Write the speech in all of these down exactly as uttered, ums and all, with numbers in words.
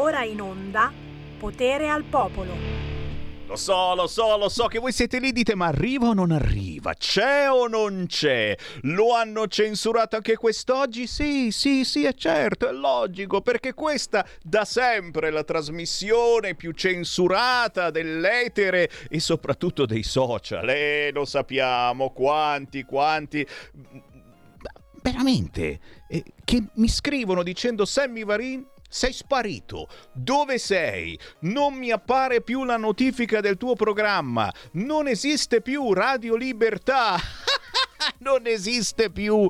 ora in onda Potere al Popolo. Lo so, lo so, lo so che voi siete lì, dite ma arriva o non arriva? C'è o non c'è? Lo hanno censurato anche quest'oggi? Sì, sì, sì, è certo, è logico, perché questa da sempre è la trasmissione più censurata dell'etere e soprattutto dei social. E lo sappiamo, quanti, quanti... Veramente, eh, che mi scrivono dicendo Sammy Varin, sei sparito, dove sei? Non mi appare più la notifica del tuo programma, non esiste più Radio Libertà, non esiste più...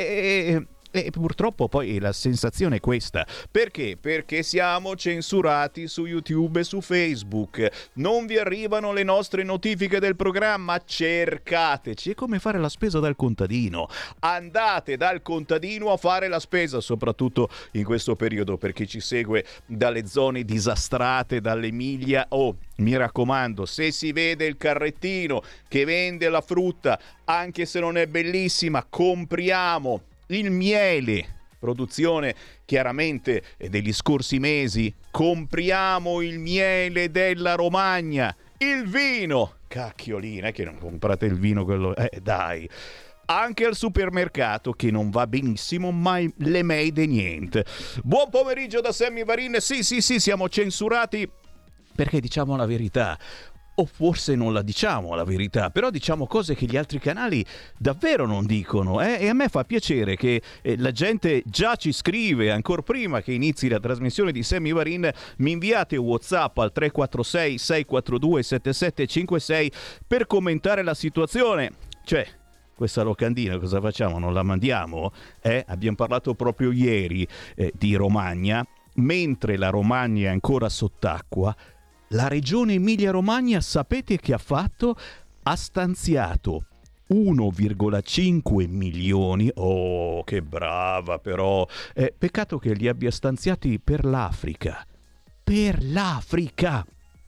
Eh, E purtroppo poi la sensazione è questa. Perché? Perché siamo censurati su YouTube e su Facebook. Non vi arrivano le nostre notifiche del programma? Cercateci. È come fare la spesa dal contadino. Andate dal contadino a fare la spesa, soprattutto in questo periodo, per chi ci segue dalle zone disastrate, dall'Emilia. Oh, mi raccomando, se si vede il carrettino che vende la frutta, anche se non è bellissima, compriamo il miele, produzione chiaramente degli scorsi mesi, compriamo il miele della Romagna, il vino, cacchiolina, che non comprate il vino quello, eh dai, anche al supermercato che non va benissimo, ma le made niente. Buon pomeriggio da Sammy Varin. Sì, sì, sì, siamo censurati perché diciamo la verità. O forse non la diciamo la verità, però diciamo cose che gli altri canali davvero non dicono, eh? E a me fa piacere che eh, la gente già ci scrive, ancora prima che inizi la trasmissione di Sammy Varin, mi inviate WhatsApp al tre quattro sei sei quattro due sette sette cinque sei per commentare la situazione. Cioè, questa locandina cosa facciamo? Non la mandiamo? Eh? Abbiamo parlato proprio ieri eh, di Romagna, mentre la Romagna è ancora sott'acqua. La regione Emilia-Romagna sapete che ha fatto? Ha stanziato uno virgola cinque milioni. Oh, che brava però. Eh, peccato che li abbia stanziati per l'Africa. Per l'Africa.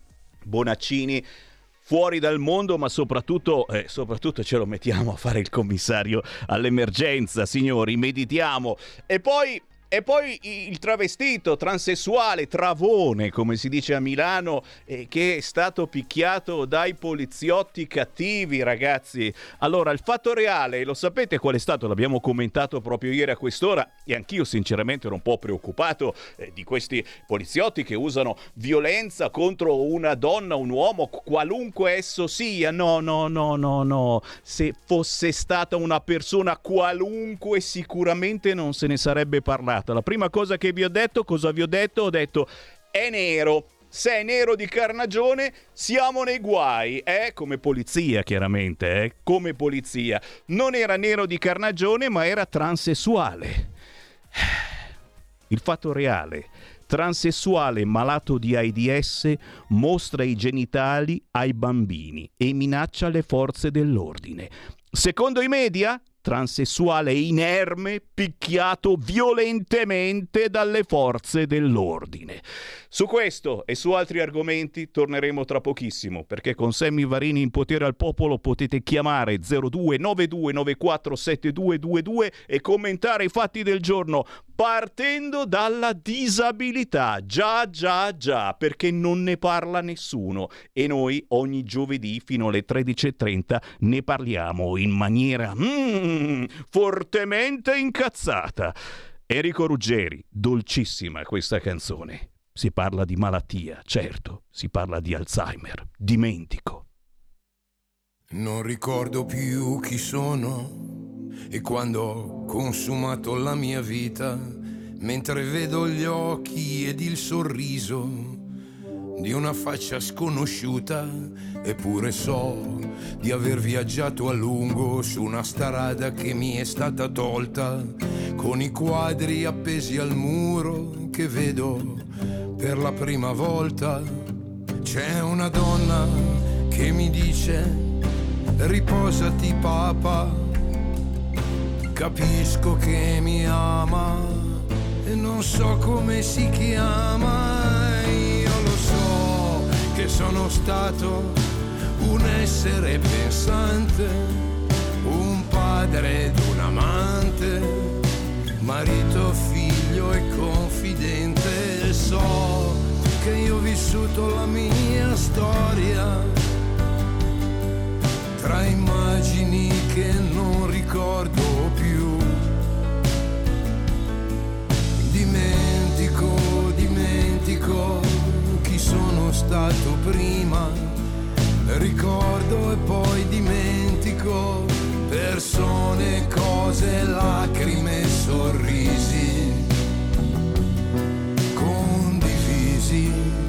Bonaccini fuori dal mondo, ma soprattutto, eh, soprattutto ce lo mettiamo a fare il commissario all'emergenza, signori, meditiamo. E poi... E poi il travestito, transessuale, travone, come si dice a Milano, eh, che è stato picchiato dai poliziotti cattivi, ragazzi. Allora, il fatto reale, lo sapete qual è stato? L'abbiamo commentato proprio ieri a quest'ora e anch'io sinceramente ero un po' preoccupato eh, di questi poliziotti che usano violenza contro una donna, un uomo, qualunque esso sia. No, no, no, no, no. Se fosse stata una persona qualunque sicuramente non se ne sarebbe parlato. La prima cosa che vi ho detto, cosa vi ho detto? Ho detto è nero. Se è nero di carnagione siamo nei guai, eh? Come polizia chiaramente, eh? Come polizia. Non era nero di carnagione ma era transessuale. Il fatto reale: transessuale malato di AIDS mostra i genitali ai bambini e minaccia le forze dell'ordine. Secondo i media, transessuale inerme picchiato violentemente dalle forze dell'ordine. Su questo e su altri argomenti torneremo tra pochissimo, perché con Sammy Varin in Potere al Popolo potete chiamare zero due nove due nove quattro sette due due due e commentare i fatti del giorno partendo dalla disabilità. Già, già, già, perché non ne parla nessuno e noi ogni giovedì fino alle tredici e trenta ne parliamo in maniera mm, fortemente incazzata. Enrico Ruggeri, dolcissima questa canzone. Si parla di malattia, certo, si parla di Alzheimer, dimentico. Non ricordo più chi sono e quando ho consumato la mia vita, mentre vedo gli occhi ed il sorriso di una faccia sconosciuta, eppure so di aver viaggiato a lungo su una strada che mi è stata tolta, con i quadri appesi al muro che vedo per la prima volta. C'è una donna che mi dice riposati papà, capisco che mi ama e non so come si chiama. Io lo so che sono stato un essere pensante, un padre ed un amante, marito, figlio e confidente. So fatto la mia storia, tra immagini che non ricordo più. Dimentico, dimentico chi sono stato prima, ricordo e poi dimentico persone, cose, lacrime, sorrisi condivisi.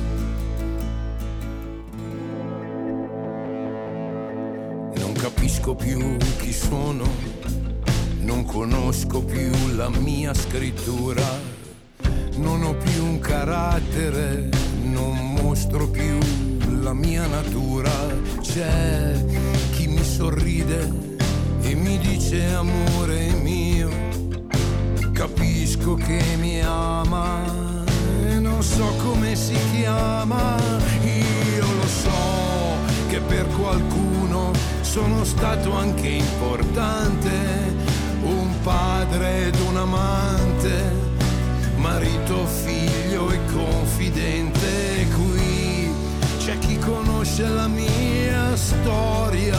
Non capisco più chi sono, non conosco più la mia scrittura, non ho più un carattere, non mostro più la mia natura. C'è chi mi sorride e mi dice amore mio, capisco che mi ama e non so come si chiama. Io lo so che per qualcuno sono stato anche importante, un padre ed un amante, marito, figlio e confidente. Qui c'è chi conosce la mia storia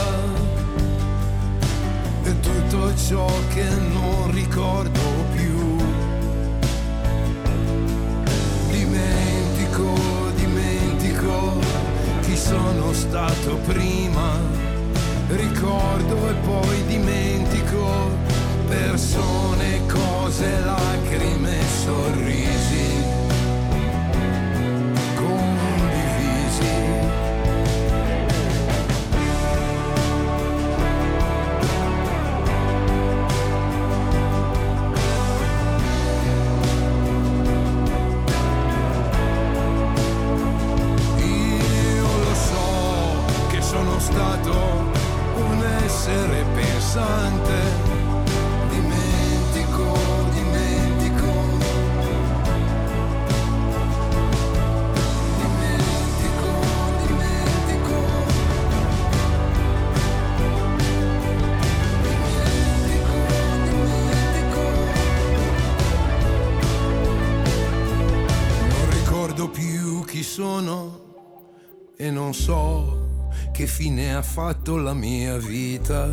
e tutto ciò che non ricordo più. Dimentico, dimentico chi sono stato prima, ricordo e poi dimentico persone, cose, lacrime, sorrisi condivisi. Io lo so che sono stato un essere pensante. Più chi sono e non so che fine ha fatto la mia vita.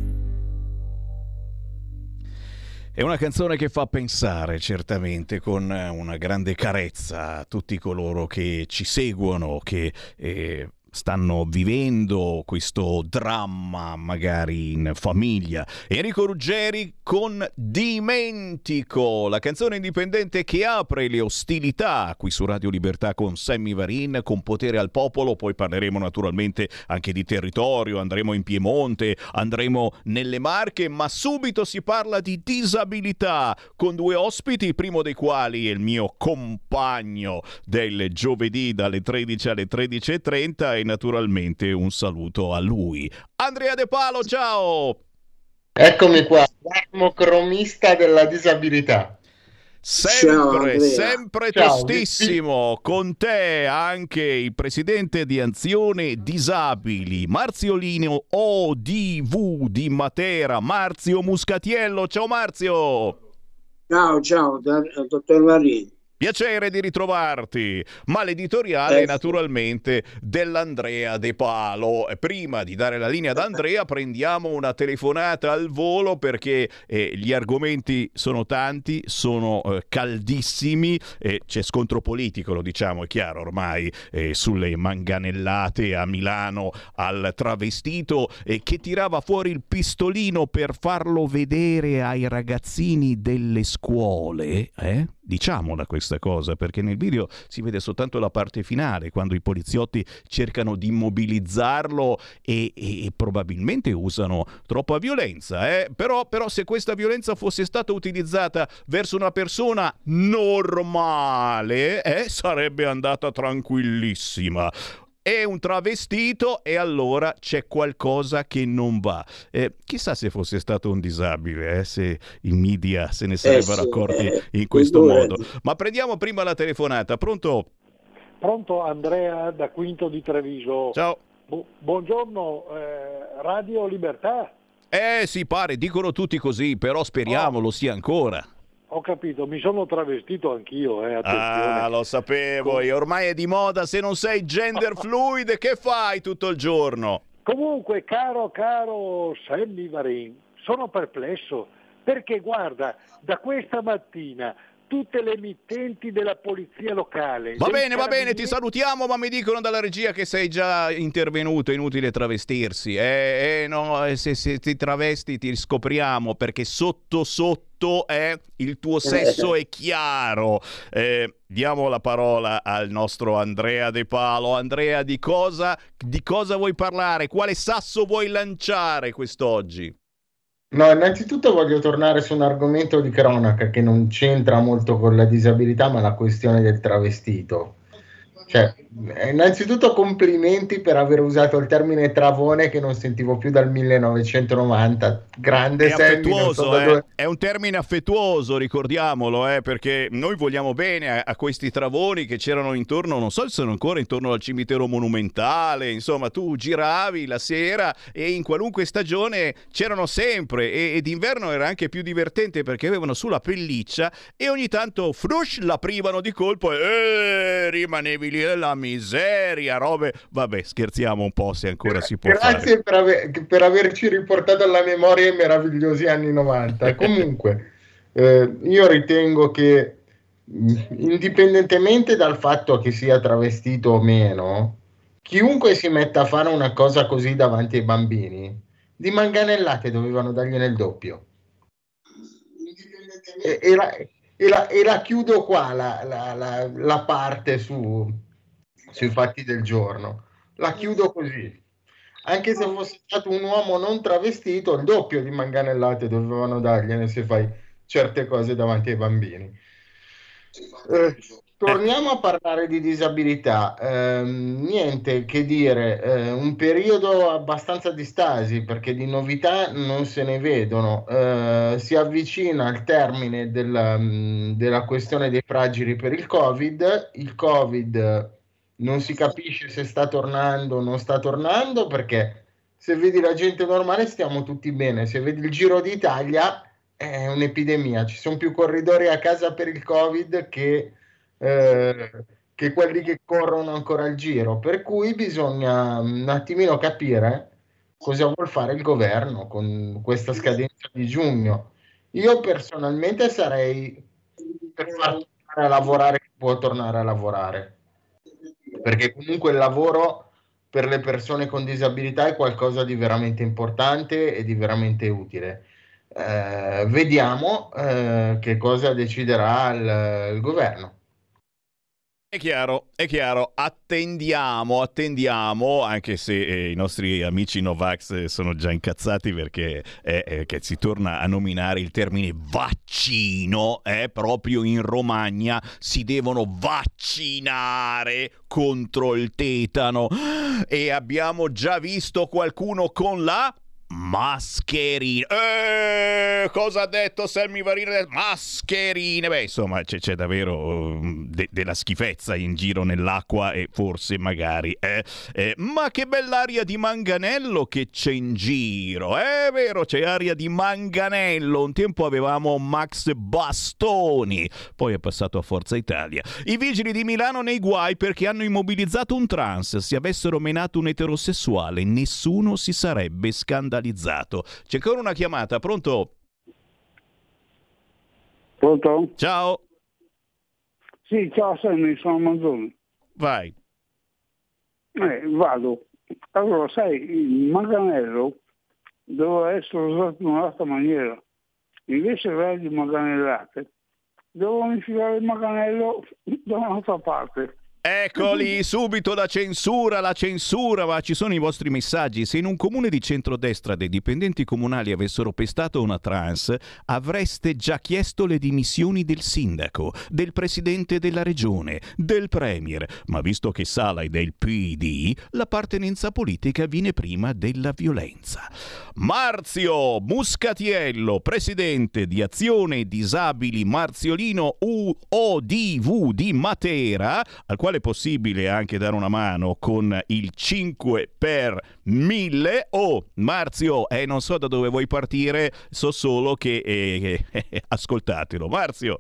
È una canzone che fa pensare, certamente, con una grande carezza a tutti coloro che ci seguono, che eh, stanno vivendo questo dramma magari in famiglia. Enrico Ruggeri con Dimentico, la canzone indipendente che apre le ostilità qui su Radio Libertà con Sammy Varin, con Potere al Popolo. Poi parleremo naturalmente anche di territorio, andremo in Piemonte, andremo nelle Marche, ma subito si parla di disabilità con due ospiti, il primo dei quali è il mio compagno del giovedì dalle tredici alle tredici e trenta, e naturalmente un saluto a lui. Andrea De Palo, ciao! Eccomi qua, l'armocromista della disabilità. Sempre, Ciao, sempre Ciao, tostissimo. Con te anche il presidente di Azione Disabili, Marziolino O D V di Matera, Marzio Muscatiello. Ciao Marzio! Ciao, ciao, dottor Varin. Piacere di ritrovarti, ma l'editoriale Eh, è naturalmente dell'Andrea De Palo. Prima di dare la linea ad Andrea prendiamo una telefonata al volo perché eh, gli argomenti sono tanti, sono eh, caldissimi, eh, c'è scontro politico, lo diciamo, è chiaro ormai, eh, sulle manganellate a Milano al travestito eh, che tirava fuori il pistolino per farlo vedere ai ragazzini delle scuole, eh? Diciamola questa cosa, perché nel video si vede soltanto la parte finale, quando i poliziotti cercano di immobilizzarlo e, e, e probabilmente usano troppa violenza, eh? però, però se questa violenza fosse stata utilizzata verso una persona normale, eh, sarebbe andata tranquillissima. È un travestito e allora c'è qualcosa che non va. Eh, chissà se fosse stato un disabile, eh, se i media se ne sarebbero Eh sì, accorti eh, in questo figurati. modo. Ma prendiamo prima la telefonata. Pronto? Pronto, Andrea da Quinto di Treviso. Ciao. Bu- buongiorno, eh, Radio Libertà. Eh sì, pare, dicono tutti così, però speriamo Oh. lo sia ancora. ho capito, mi sono travestito anch'io, eh, attenzione. Ah, lo sapevo, io ormai è di moda, se non sei gender fluid, che fai tutto il giorno? Comunque, caro, caro Sammy Varin, sono perplesso, perché guarda, da questa mattina tutte le emittenti della polizia locale... Va bene, va bene, carabinieri... ti salutiamo, ma mi dicono dalla regia che sei già intervenuto, è inutile travestirsi. Eh, eh no, se, se ti travesti ti scopriamo, perché sotto sotto eh, il tuo sesso è chiaro. Eh, diamo la parola al nostro Andrea De Palo. Andrea, di cosa, di cosa vuoi parlare? Quale sasso vuoi lanciare quest'oggi? No, innanzitutto voglio tornare su un argomento di cronaca che non c'entra molto con la disabilità, ma la questione del travestito. Cioè, innanzitutto complimenti per aver usato il termine travone che non sentivo più dal millenovecentonovanta. Grande è Sammy, affettuoso, so eh? dove... È un termine affettuoso, ricordiamolo, eh? Perché noi vogliamo bene a, a questi travoni che c'erano intorno, non so se sono ancora intorno al cimitero monumentale, insomma tu giravi la sera e in qualunque stagione c'erano sempre, e, e d'inverno era anche più divertente perché avevano sulla pelliccia e ogni tanto frush l'aprivano di colpo e eh, rimanevi lì nella miseria, robe, vabbè, scherziamo un po' se ancora si può Grazie fare. per, aver, per averci riportato alla memoria i meravigliosi anni novanta. Comunque, eh, io ritengo che indipendentemente dal fatto che sia travestito o meno, chiunque si metta a fare una cosa così davanti ai bambini, di manganellate dovevano dargliene il doppio. E, e, la, e, la, e la chiudo qua la, la, la, la parte su, sui fatti del giorno. La chiudo così. Anche se fosse stato un uomo non travestito, il doppio di manganellate dovevano dargliene se fai certe cose davanti ai bambini. Eh, torniamo a parlare di disabilità. Eh, niente che dire, eh, un periodo abbastanza di stasi perché di novità non se ne vedono. Eh, si avvicina al termine della, della questione dei fragili per il Covid. Il Covid non si capisce se sta tornando o non sta tornando, perché se vedi la gente normale stiamo tutti bene, se vedi il Giro d'Italia è un'epidemia, ci sono più corridori a casa per il Covid che, eh, che quelli che corrono ancora al Giro, per cui bisogna un attimino capire cosa vuol fare il governo con questa scadenza di giugno. Io personalmente sarei per far tornare a lavorare chi può tornare a lavorare, perché comunque il lavoro per le persone con disabilità è qualcosa di veramente importante e di veramente utile. Eh, vediamo eh, che cosa deciderà il, il governo. È chiaro, è chiaro, attendiamo, attendiamo, anche se eh, i nostri amici Novax sono già incazzati perché eh, eh, che si torna a nominare il termine vaccino, eh, proprio in Romagna si devono vaccinare contro il tetano e abbiamo già visto qualcuno con la mascherine. Eh, cosa ha detto Sammy Varin? Mascherine. Beh, insomma, c'è, c'è davvero de- della schifezza in giro nell'acqua e forse magari eh, eh, ma che bell'aria di manganello che c'è in giro. È vero, c'è aria di manganello. Un tempo avevamo Max Bastoni, poi è passato a Forza Italia. I vigili di Milano nei guai perché hanno immobilizzato un trans. Se avessero menato un eterosessuale, nessuno si sarebbe scandalizzato. C'è ancora una chiamata, pronto? Pronto? Ciao. Sì, ciao Sammy, sono Manzoni. Vai. Eh, vado. Allora, sai, il manganello doveva essere usato in un'altra maniera. Invece di manganellate, devono infilare il manganello da un'altra parte. Eccoli, subito la censura, la censura, ma ci sono i vostri messaggi. Se in un comune di centrodestra dei dipendenti comunali avessero pestato una trans, avreste già chiesto le dimissioni del sindaco, del presidente della regione, del premier. Ma visto che Sala è del P D, l'appartenenza politica viene prima della violenza. Marzio Muscatiello, presidente di Azione Disabili Marziolino U O D V di Matera, al quale quale è possibile anche dare una mano con il cinque per mille. Oh, Marzio, eh, non so da dove vuoi partire, so solo che eh, eh, ascoltatelo. Marzio.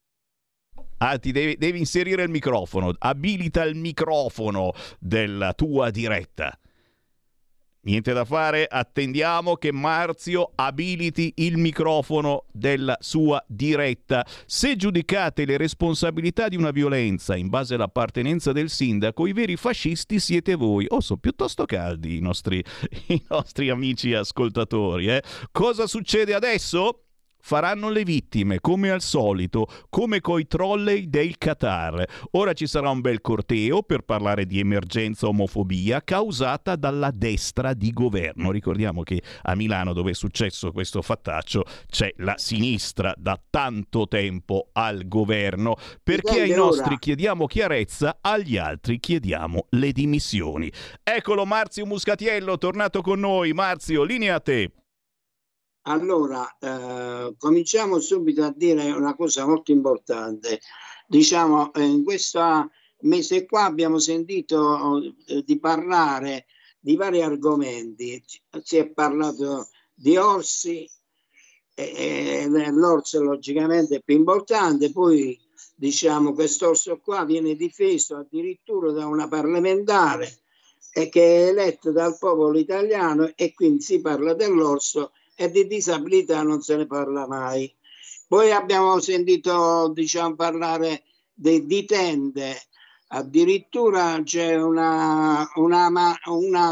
Ah, ti devi, devi inserire il microfono, abilita il microfono della tua diretta. Niente da fare, attendiamo che Marzio abiliti il microfono della sua diretta. Se giudicate le responsabilità di una violenza in base all'appartenenza del sindaco, i veri fascisti siete voi. Oh, sono piuttosto caldi i nostri, i nostri amici ascoltatori. Eh? Cosa succede adesso? Faranno le vittime, come al solito, come coi trolley del Qatar. Ora ci sarà un bel corteo per parlare di emergenza omofobia causata dalla destra di governo. Ricordiamo che a Milano, dove è successo questo fattaccio, c'è la sinistra da tanto tempo al governo. Perché ai nostri chiediamo chiarezza, agli altri chiediamo le dimissioni. Eccolo Marzio Muscatiello, tornato con noi. Marzio, linea a te. Allora, eh, cominciamo subito a dire una cosa molto importante. Diciamo, in questo mese qua abbiamo sentito eh, di parlare di vari argomenti. Si è parlato di Orsi, e, e l'Orso logicamente è più importante, poi diciamo quest'Orso qua viene difeso addirittura da una parlamentare e che è eletta dal popolo italiano, e quindi si parla dell'Orso e di disabilità non se ne parla mai. Poi abbiamo sentito diciamo parlare de, di tende, addirittura c'è una, una, una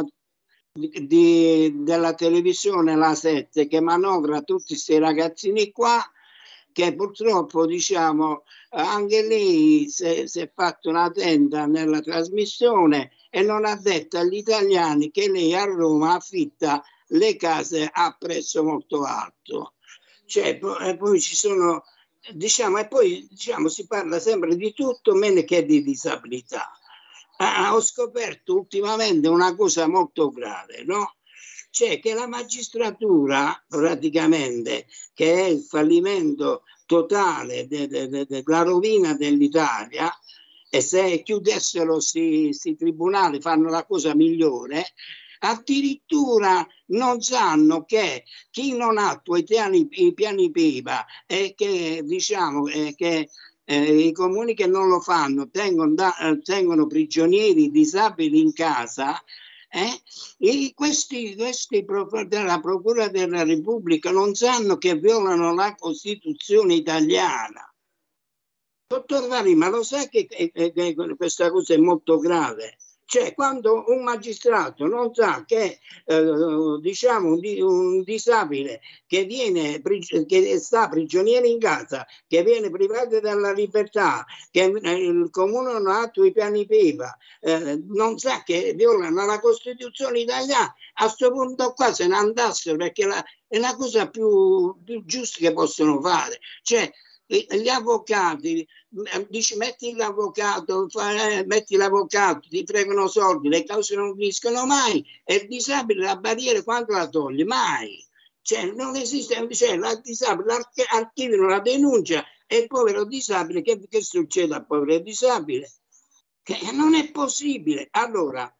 di, della televisione La sette che manovra tutti questi ragazzini qua, che purtroppo diciamo anche lì si è fatto una tenda nella trasmissione e non ha detto agli italiani che lei a Roma affitta le case a prezzo molto alto. Cioè, e poi ci sono, diciamo, e poi diciamo si parla sempre di tutto meno che di disabilità. Ah, ho scoperto ultimamente una cosa molto grave, no? Cioè che la magistratura praticamente, che è il fallimento totale della de, de, de, rovina dell'Italia, e se chiudessero questi tribunali fanno la cosa migliore, addirittura non sanno che chi non attua i piani, i piani Piva e che diciamo eh, che eh, i comuni che non lo fanno tengono, da, eh, tengono prigionieri disabili in casa, eh, e questi, questi della Procura della Repubblica non sanno che violano la Costituzione italiana. Dottor Vari, ma lo sa che, che, che questa cosa è molto grave? Cioè, quando un magistrato non sa che eh, diciamo un, un disabile che viene che sta prigioniero in casa, che viene privato della libertà, che eh, il comune non attua i piani Piva, eh, non sa che violano la Costituzione italiana, a questo punto qua se ne andassero, perché la, è la cosa più, più giusta che possono fare. Cioè, gli avvocati, dici metti l'avvocato, eh, metti l'avvocato, ti fregano soldi, le cause non finiscono mai, e il disabile la barriera quando la toglie? Mai. Cioè non esiste, cioè, la disabile archiviano la denuncia e il povero disabile, che, che succede al povero disabile? Che non è possibile. Allora,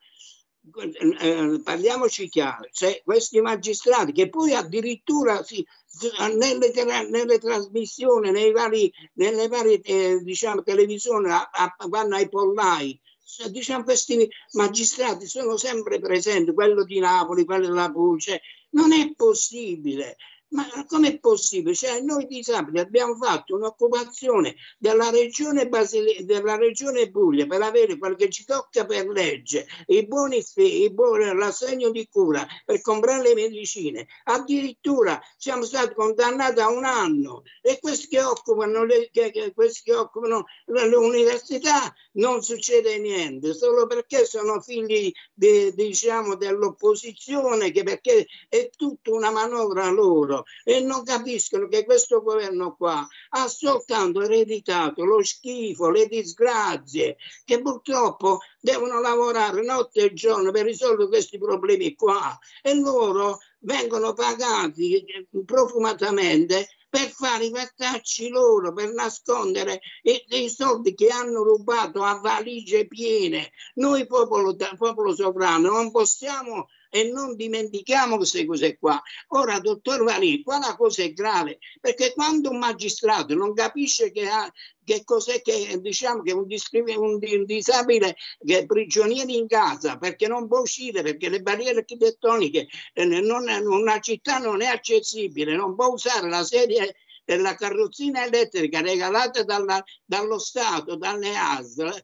eh, parliamoci chiaro, cioè, questi magistrati che poi addirittura si, nelle, nelle trasmissioni, nei vari, nelle varie eh, diciamo, televisioni a, a, vanno ai pollai, diciamo, questi magistrati sono sempre presenti, quello di Napoli, quello della Puglia. Non è possibile. Ma com'è possibile? Cioè, noi disabili abbiamo fatto un'occupazione della regione Basile, della regione Puglia per avere quel che ci tocca per legge, i buoni, i buoni, l'assegno di cura per comprare le medicine. Addirittura siamo stati condannati a un anno, e questi che occupano le, che, che, questi che occupano le università non succede niente, solo perché sono figli di, diciamo, dell'opposizione, che perché è tutta una manovra loro. E non capiscono che questo governo qua ha soltanto ereditato lo schifo, le disgrazie, che purtroppo devono lavorare notte e giorno per risolvere questi problemi qua, e loro vengono pagati profumatamente per fare i fattacci loro, per nascondere i, i soldi che hanno rubato a valigie piene. Noi popolo, popolo sovrano non possiamo e non dimentichiamo queste cose qua. Ora, dottor Varin, qua la cosa è grave, perché quando un magistrato non capisce che, ha, che cos'è che, diciamo, che un, un, un disabile che è prigioniero in casa, perché non può uscire, perché le barriere architettoniche, eh, non, una città non è accessibile, non può usare la serie della carrozzina elettrica regalata dalla, dallo Stato, dalle A S L,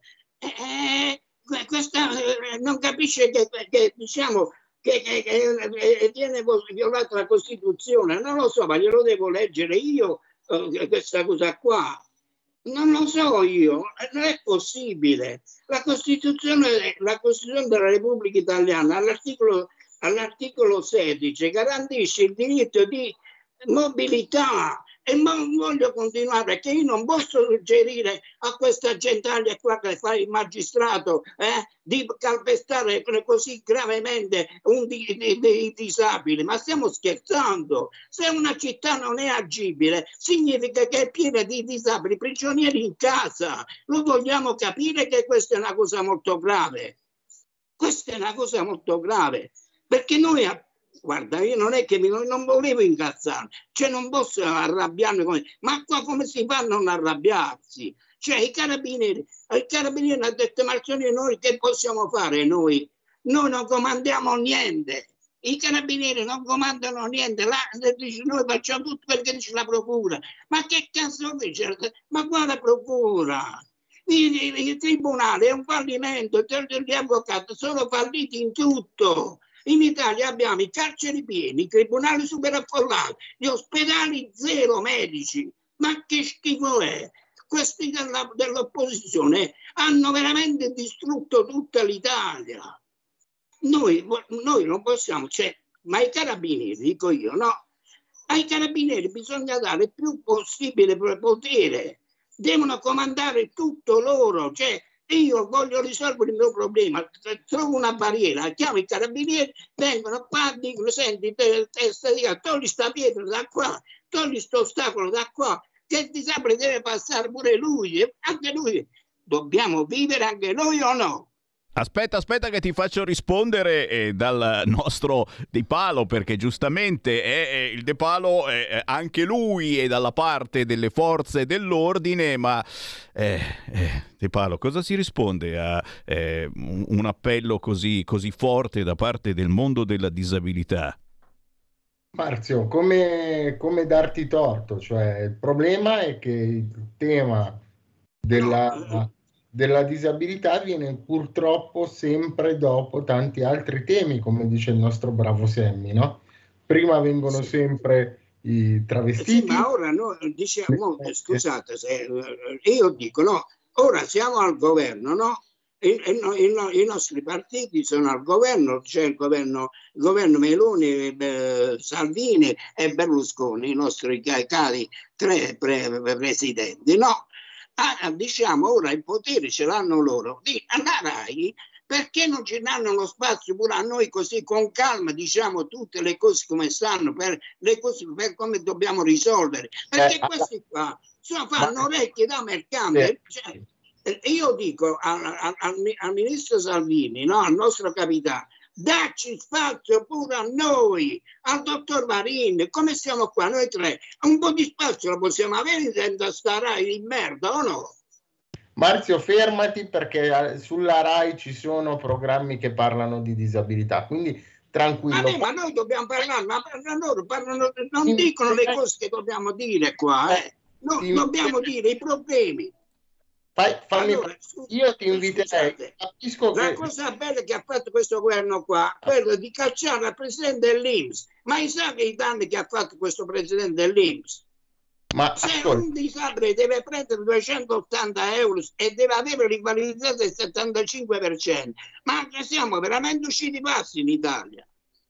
eh, questa, eh, non capisce che, che diciamo, che, che, che viene violata la Costituzione. Non lo so, ma glielo devo leggere io eh, questa cosa qua. Non lo so io, non è possibile. La Costituzione, la Costituzione della Repubblica Italiana all'articolo, all'articolo sedici garantisce il diritto di mobilità. E non voglio continuare, perché io non posso suggerire a questa gentaglia qua che fa il magistrato eh, di calpestare così gravemente un di, di, di disabile. Ma stiamo scherzando? Se una città non è agibile, significa che è piena di disabili, prigionieri in casa. Lo vogliamo capire che questa è una cosa molto grave. Questa è una cosa molto grave, perché noi... Guarda, io non è che mi, non volevo incazzare, cioè non posso arrabbiarmi, come, ma qua come si fa a non arrabbiarsi? Cioè i carabinieri, il carabiniere ha detto, ma noi che possiamo fare noi? Noi non comandiamo niente, i carabinieri non comandano niente, là, dice, noi facciamo tutto perché dice la procura, ma che cazzo dice? Ma quale procura? Il, il, il tribunale è un fallimento, gli avvocati sono falliti in tutto. In Italia abbiamo i carceri pieni, i tribunali superaffollati, gli ospedali zero medici. Ma che schifo è? Questi della, dell'opposizione hanno veramente distrutto tutta l'Italia. Noi, noi non possiamo, cioè, ma ai carabinieri, dico io, no, ai carabinieri bisogna dare il più possibile potere, devono comandare tutto loro, cioè io voglio risolvere il mio problema, trovo una barriera, chiamo i carabinieri, vengono qua, dicono, senti, te, te, te, togli sta pietra da qua, togli sto ostacolo da qua, che il disabile deve passare pure lui, anche lui, dobbiamo vivere anche noi o no? Aspetta, aspetta che ti faccio rispondere eh, dal nostro De Palo, perché giustamente è, è, il De Palo è, anche lui è dalla parte delle forze dell'ordine, ma eh, eh, De Palo, cosa si risponde a eh, un, un appello così, così forte da parte del mondo della disabilità? Marzio, come, come darti torto? Cioè, il problema è che il tema della... della disabilità viene purtroppo sempre dopo tanti altri temi, come dice il nostro bravo Sammy, no? Prima vengono sempre i travestiti. Sì, ma ora no, diciamo, scusate, se, io dico no, ora siamo al governo, no? I, i, i nostri partiti sono al governo, c'è il governo, il governo Meloni, eh, Salvini e Berlusconi, i nostri cari tre pre, presidenti, no? Ah, diciamo ora il potere ce l'hanno loro, alla RAI perché non ci danno lo spazio pure a noi, così con calma diciamo tutte le cose come stanno, per le cose per come dobbiamo risolvere, perché eh, questi qua sono, fanno orecchie da mercante. Cioè, io dico al, al, al ministro Salvini, no, al nostro capitano, dacci spazio pure a noi, al dottor Varin, come siamo qua noi tre, un po' di spazio lo possiamo avere senza sta RAI di merda o no? Marzio, fermati, perché sulla RAI ci sono programmi che parlano di disabilità, quindi tranquillo. Vabbè, ma noi dobbiamo parlare, ma loro parlano, non sì, dicono le cose che dobbiamo dire qua, eh. No, sì, dobbiamo sì. dire i problemi. Fai, fammi, allora, io ti inviterei. Capisco la che... cosa bella che ha fatto questo governo qua, quello di cacciare il presidente dell'I N P S. Ma sa che i danni che ha fatto questo presidente dell'I N P S? Ma se ascolta. Un disabile deve prendere duecentottanta euro e deve avere l'invalidità del settantacinque per cento, ma siamo veramente usciti passi in Italia.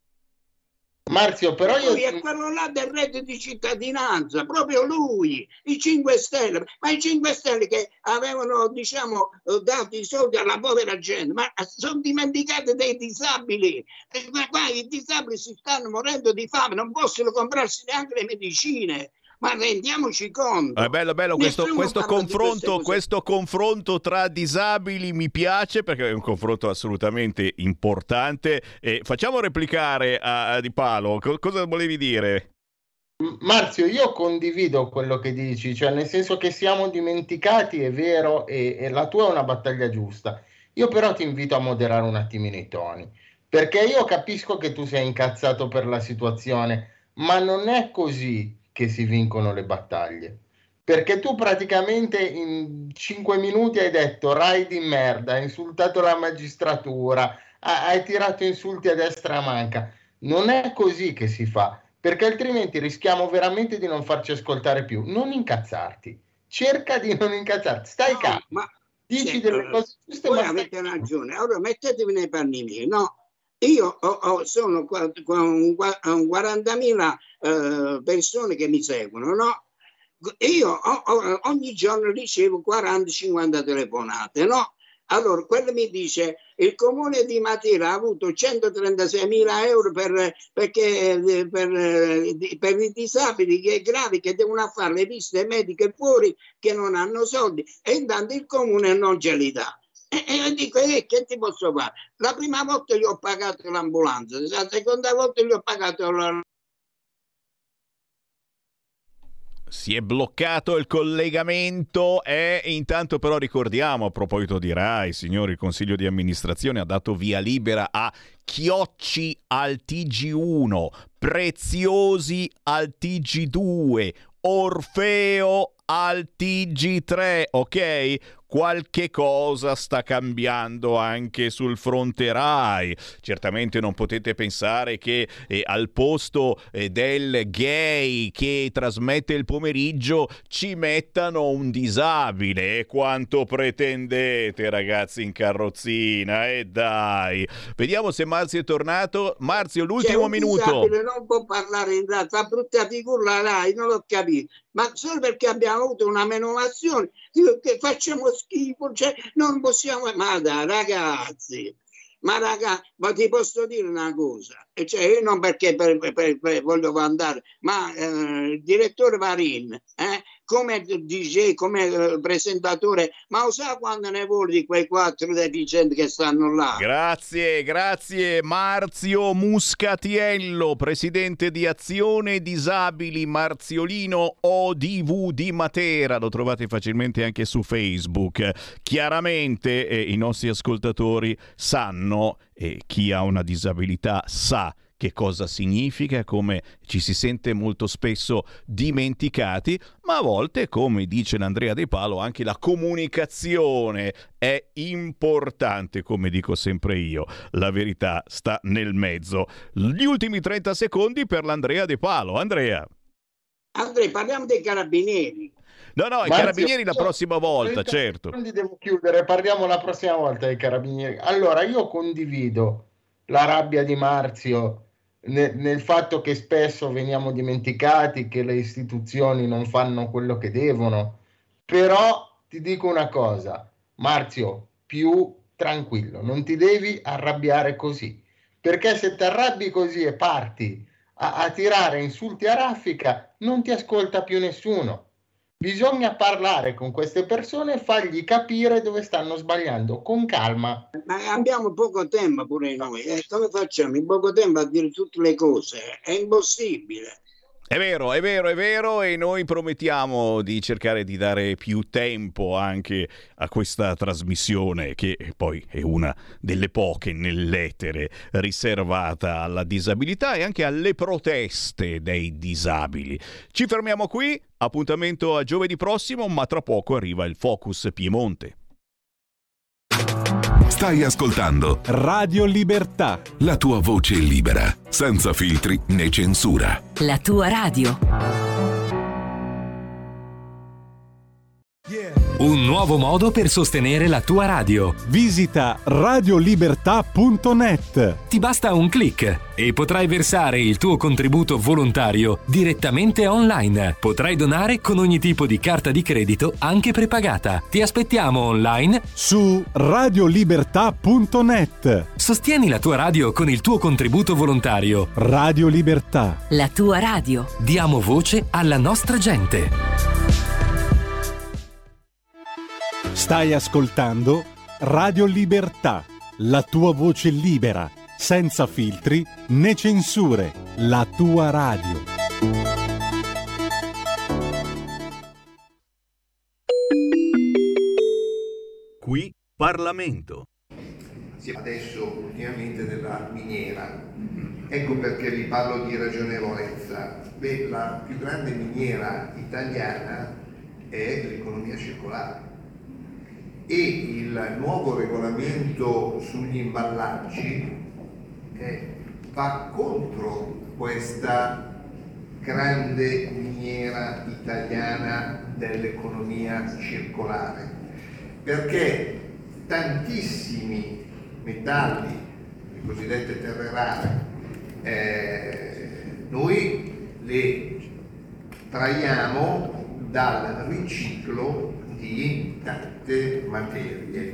Marzio, però io... Lui è quello là del reddito di cittadinanza, proprio lui, i cinque Stelle, ma i cinque Stelle che avevano, diciamo, dato i soldi alla povera gente, ma sono dimenticati dei disabili. Ma qua i disabili si stanno morendo di fame, non possono comprarsi neanche le medicine. Ma rendiamoci conto. È bello, bello questo, questo confronto, questo confronto tra disabili mi piace, perché è un confronto assolutamente importante. E facciamo replicare a, a Di Palo. Co- cosa volevi dire? Marzio, io condivido quello che dici, cioè nel senso che siamo dimenticati, è vero, e, e la tua è una battaglia giusta. Io però ti invito a moderare un attimino i toni, perché io capisco che tu sei incazzato per la situazione, ma non è così che si vincono le battaglie. Perché tu praticamente in cinque minuti hai detto Rai di merda, hai insultato la magistratura, hai tirato insulti a destra e a manca. Non è così che si fa, perché altrimenti rischiamo veramente di non farci ascoltare più. Non incazzarti, cerca di non incazzarti, stai no, calmo, ma dici sì, delle cose giuste. Voi ma avete stai... ragione, allora mettetevi nei panni miei, no? Io ho, ho, sono qua, qua un, un quarantamila eh, persone che mi seguono, no? Io ho, ho, ogni giorno ricevo quaranta cinquanta telefonate, no? Allora, quello mi dice, il comune di Matera ha avuto centotrentaseimila euro per, perché, per, per i disabili che, gravi che devono fare le visite mediche fuori, che non hanno soldi, e intanto il comune non ce li dà. E, e io dico, eh, che ti posso fare? La prima volta gli ho pagato l'ambulanza, la seconda volta gli ho pagato la... Si è bloccato il collegamento e intanto però ricordiamo, a proposito di Rai, signori, il Consiglio di amministrazione ha dato via libera a Chiocci al T G uno, Preziosi al T G due, Orfeo al T G tre, ok? Qualche cosa sta cambiando anche sul fronte Rai. Certamente non potete pensare che eh, al posto eh, del gay che trasmette il pomeriggio ci mettano un disabile. E quanto pretendete, ragazzi in carrozzina? E eh dai. Vediamo se Marzio è tornato. Marzio, l'ultimo minuto. Non può parlare in realtà, fa brutta figura Rai, non l'ho capito. Ma solo perché abbiamo avuto una menomazione che facciamo schifo, cioè non possiamo, ma dai, ragazzi, ma raga, ma ti posso dire una cosa, e cioè io non perché per, per, per, voglio andare, ma eh, il direttore Varin, eh, come D J, come eh, presentatore, ma lo sa quando ne vuole di quei quattro deficienti che stanno là? Grazie, grazie Marzio Muscatiello, presidente di Azione Disabili Marziolino O D V di Matera, lo trovate facilmente anche su Facebook. Chiaramente eh, i nostri ascoltatori sanno, e eh, chi ha una disabilità sa che cosa significa, come ci si sente molto spesso dimenticati, ma a volte, come dice l'Andrea De Palo, anche la comunicazione è importante, come dico sempre io. La verità sta nel mezzo. Gli ultimi trenta secondi per l'Andrea De Palo. Andrea. Andrea, parliamo dei carabinieri. No, no, i Marzio, carabinieri la prossima volta, certo. Quindi devo chiudere, parliamo la prossima volta dei carabinieri. Allora, io condivido la rabbia di Marzio nel, nel fatto che spesso veniamo dimenticati, che le istituzioni non fanno quello che devono, però ti dico una cosa, Marzio, più tranquillo, non ti devi arrabbiare così, perché se ti arrabbi così e parti a, a tirare insulti a raffica, non ti ascolta più nessuno. Bisogna parlare con queste persone e fargli capire dove stanno sbagliando, con calma. Ma abbiamo poco tempo pure noi, eh? Come facciamo in poco tempo a dire tutte le cose? È impossibile. È vero, è vero, è vero, e noi promettiamo di cercare di dare più tempo anche a questa trasmissione, che poi è una delle poche nell'etere riservata alla disabilità e anche alle proteste dei disabili. Ci fermiamo qui, appuntamento a giovedì prossimo, ma tra poco arriva il Focus Piemonte. Stai ascoltando Radio Libertà, la tua voce libera, senza filtri né censura. La tua radio. Yeah. Un nuovo modo per sostenere la tua radio. Visita radiolibertà punto net. Ti basta un click e potrai versare il tuo contributo volontario direttamente online. Potrai donare con ogni tipo di carta di credito, anche prepagata. Ti aspettiamo online su radiolibertà punto net. Sostieni la tua radio con il tuo contributo volontario. Radio Libertà. La tua radio. Diamo voce alla nostra gente. Stai ascoltando Radio Libertà, la tua voce libera, senza filtri né censure, la tua radio. Qui Parlamento. Adesso ultimamente della miniera. Ecco perché vi parlo di ragionevolezza. Beh, la più grande miniera italiana è l'economia circolare. E il nuovo regolamento sugli imballaggi eh, va contro questa grande miniera italiana dell'economia circolare, perché tantissimi metalli, le cosiddette terre rare, eh, noi le traiamo dal riciclo di tante materie,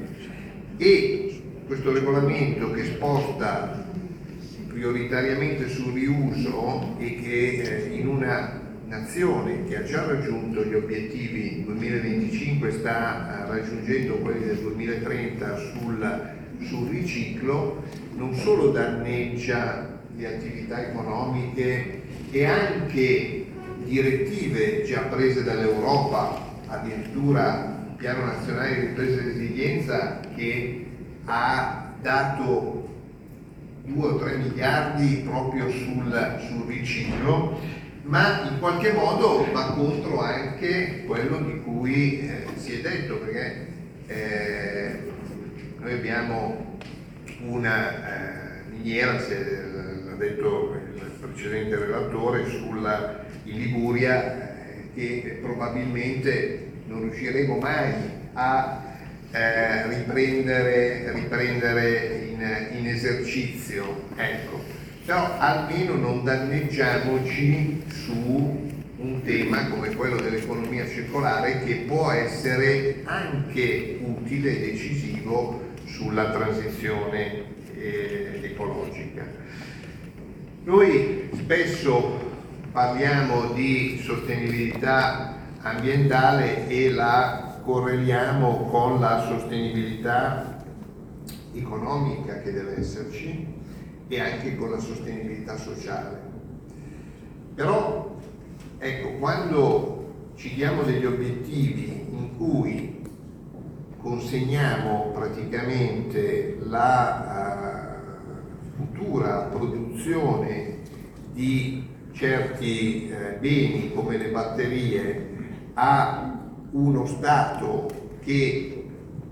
e questo regolamento, che sposta prioritariamente sul riuso e che eh, in una nazione che ha già raggiunto gli obiettivi duemilaventicinque sta eh, raggiungendo quelli del duemilatrenta sul, sul riciclo, non solo danneggia le attività economiche e anche direttive già prese dall'Europa, addirittura il Piano Nazionale di Ripresa e Resilienza che ha dato due o tre miliardi proprio sul, sul riciclo, ma in qualche modo va contro anche quello di cui eh, si è detto, perché eh, noi abbiamo una eh, miniera, l'ha detto il precedente relatore, sulla, in Liguria, che probabilmente non riusciremo mai a eh, riprendere, riprendere in, in esercizio, ecco. Però almeno non danneggiamoci su un tema come quello dell'economia circolare, che può essere anche utile e decisivo sulla transizione eh, ecologica. Noi spesso parliamo di sostenibilità ambientale e la correliamo con la sostenibilità economica che deve esserci e anche con la sostenibilità sociale. Però, ecco, quando ci diamo degli obiettivi in cui consegniamo praticamente la uh, futura produzione di certi eh, beni come le batterie a uno Stato che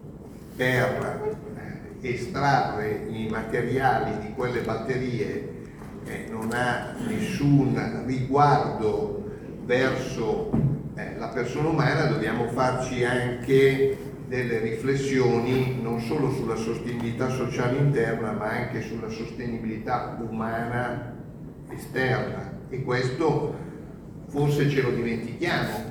per eh, estrarre i materiali di quelle batterie eh, non ha nessun riguardo verso eh, la persona umana, dobbiamo farci anche delle riflessioni non solo sulla sostenibilità sociale interna, ma anche sulla sostenibilità umana esterna. E questo forse ce lo dimentichiamo,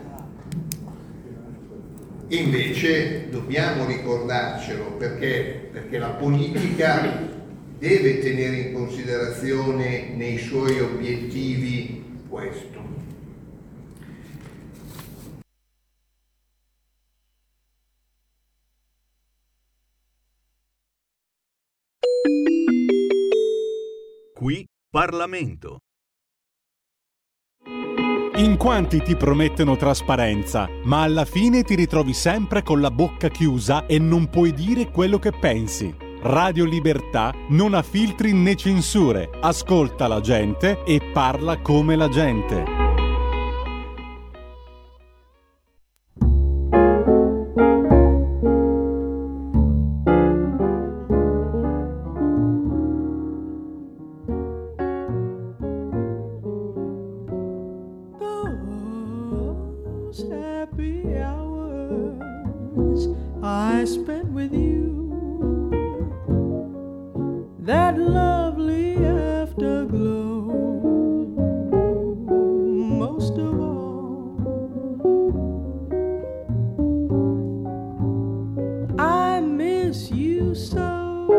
e invece dobbiamo ricordarcelo, perché, perché la politica deve tenere in considerazione nei suoi obiettivi questo. Qui Parlamento. In quanti ti promettono trasparenza, ma alla fine ti ritrovi sempre con la bocca chiusa e non puoi dire quello che pensi. Radio Libertà non ha filtri né censure, ascolta la gente e parla come la gente. I spent with you, that lovely afterglow. Most of all, I miss you so.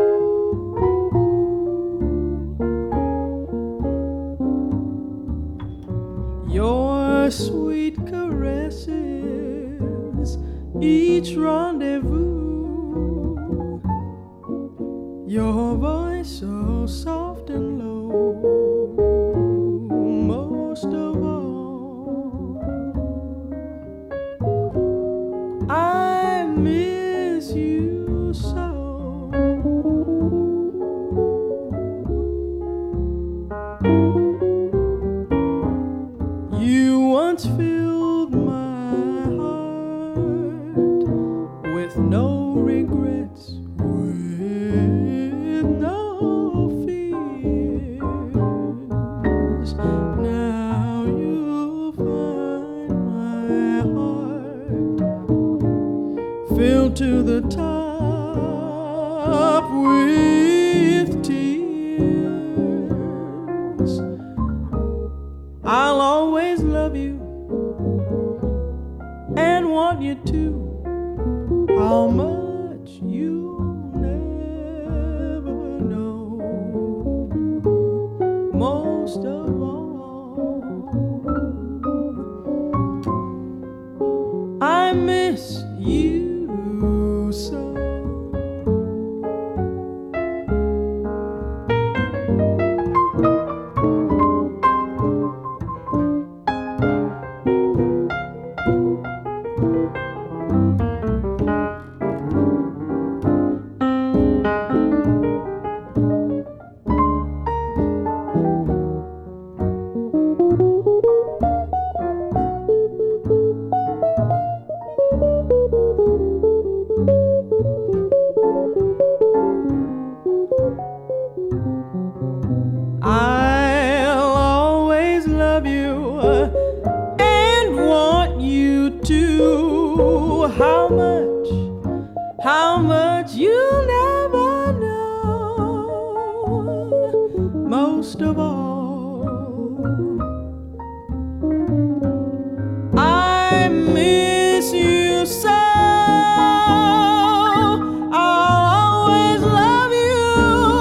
Your sweet caresses, each rendezvous, your voice so soft and low. Most of all, I miss you so. You once filled my heart with no regrets, with no fears. Now you'll find my heart filled to the top with tears. I'll always love you and want you to. How much you never know. Most of all, I miss you so. I'll always love you and want you to. How much, how much you never know. Most of all, I miss you so. I'll always love you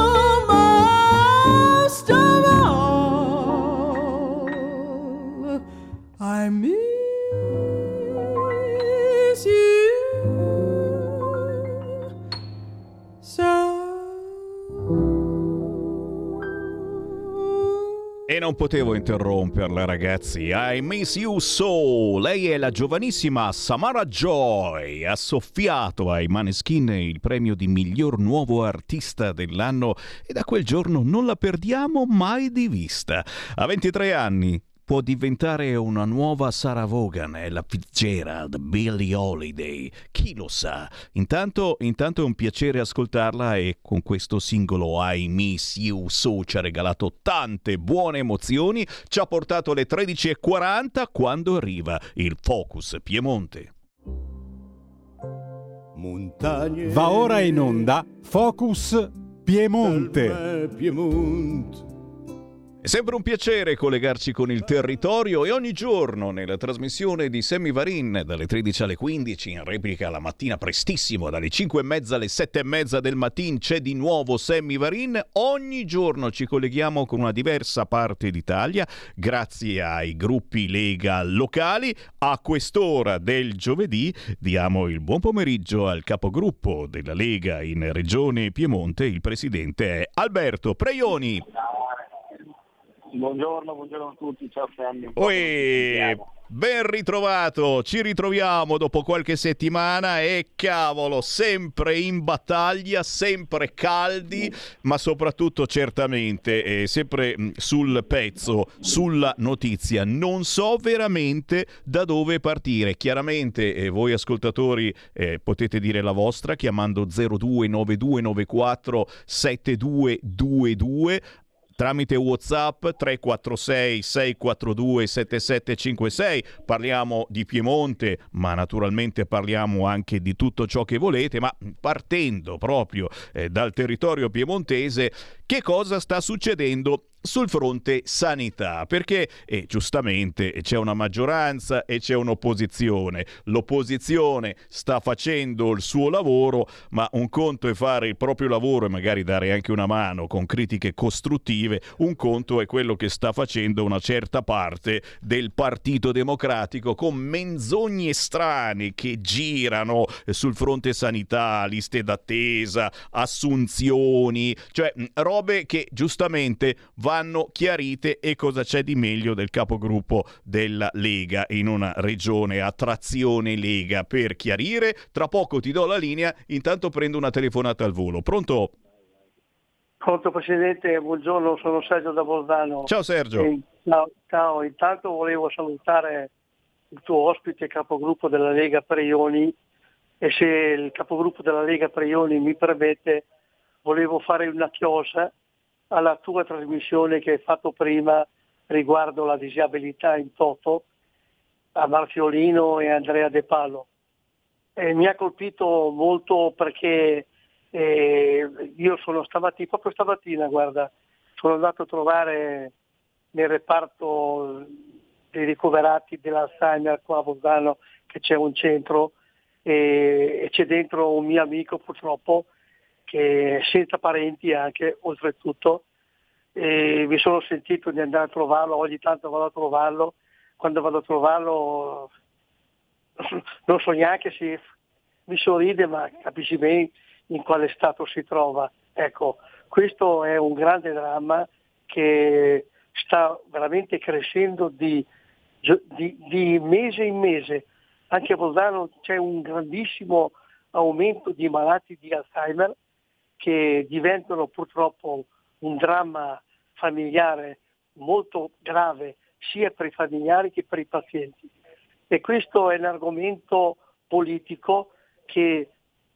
most of all. I miss you so. E non potevo interromperla, ragazzi. I miss you so. Lei è la giovanissima Samara Joy. Ha soffiato ai Maneskin il premio di miglior nuovo artista dell'anno e da quel giorno non la perdiamo mai di vista. A ventitré anni può diventare una nuova Sarah Vaughan, Ella Fitzgerald, Billie Holiday, chi lo sa. Intanto, intanto è un piacere ascoltarla e con questo singolo I Miss You So ci ha regalato tante buone emozioni, ci ha portato alle tredici e quaranta quando arriva il Focus Piemonte. Montagne. Va ora in onda Focus Piemonte. Piemonte. È sempre un piacere collegarci con il territorio e ogni giorno nella trasmissione di Sammy Varin dalle tredici alle quindici, in replica la mattina prestissimo dalle cinque e mezza alle sette e mezza del mattino c'è di nuovo Sammy Varin. Ogni giorno ci colleghiamo con una diversa parte d'Italia grazie ai gruppi Lega locali. A quest'ora del giovedì diamo il buon pomeriggio al capogruppo della Lega in Regione Piemonte. Il presidente è Alberto Preioni. Buongiorno, buongiorno a tutti, ciao Sammy. Uè, ben ritrovato, ci ritroviamo dopo qualche settimana e cavolo, sempre in battaglia, sempre caldi, ma soprattutto certamente eh, sempre sul pezzo, sulla notizia. Non so veramente da dove partire. Chiaramente eh, voi ascoltatori eh, potete dire la vostra chiamando zero due nove due nove quattro sette due due due. tramite WhatsApp tre quattro sei sei quattro due sette sette cinque sei. Parliamo di Piemonte, ma naturalmente parliamo anche di tutto ciò che volete, ma partendo proprio eh, dal territorio piemontese, che cosa sta succedendo sul fronte sanità? Perché eh, giustamente c'è una maggioranza e c'è un'opposizione. L'opposizione sta facendo il suo lavoro, ma un conto è fare il proprio lavoro e magari dare anche una mano con critiche costruttive, un conto è quello che sta facendo una certa parte del Partito Democratico con menzogne strane che girano sul fronte sanità, liste d'attesa, assunzioni, cioè robe che giustamente vanno chiarite. E cosa c'è di meglio del capogruppo della Lega in una regione a trazione Lega per chiarire? Tra poco ti do la linea, intanto prendo una telefonata al volo. Pronto? Pronto Presidente, buongiorno, sono Sergio da Bolzano. Ciao Sergio. E, ciao, ciao, intanto volevo salutare il tuo ospite, capogruppo della Lega Preioni, e se il capogruppo della Lega Preioni mi permette, volevo fare una chiosa alla tua trasmissione che hai fatto prima riguardo la disabilità in toto a Marfiolino e Andrea De Palo. E mi ha colpito molto perché eh, io sono stamattina, proprio stamattina, guarda, sono andato a trovare nel reparto dei ricoverati dell'Alzheimer qua a Bolzano, che c'è un centro, e, e c'è dentro un mio amico purtroppo che senza parenti anche oltretutto, e mi sono sentito di andare a trovarlo, ogni tanto vado a trovarlo, quando vado a trovarlo non so neanche se mi sorride, ma capisci bene in quale stato si trova. Ecco, questo è un grande dramma che sta veramente crescendo di, di, di mese in mese. Anche a Bolzano c'è un grandissimo aumento di malati di Alzheimer che diventano purtroppo un dramma familiare molto grave sia per i familiari che per i pazienti. E questo è un argomento politico che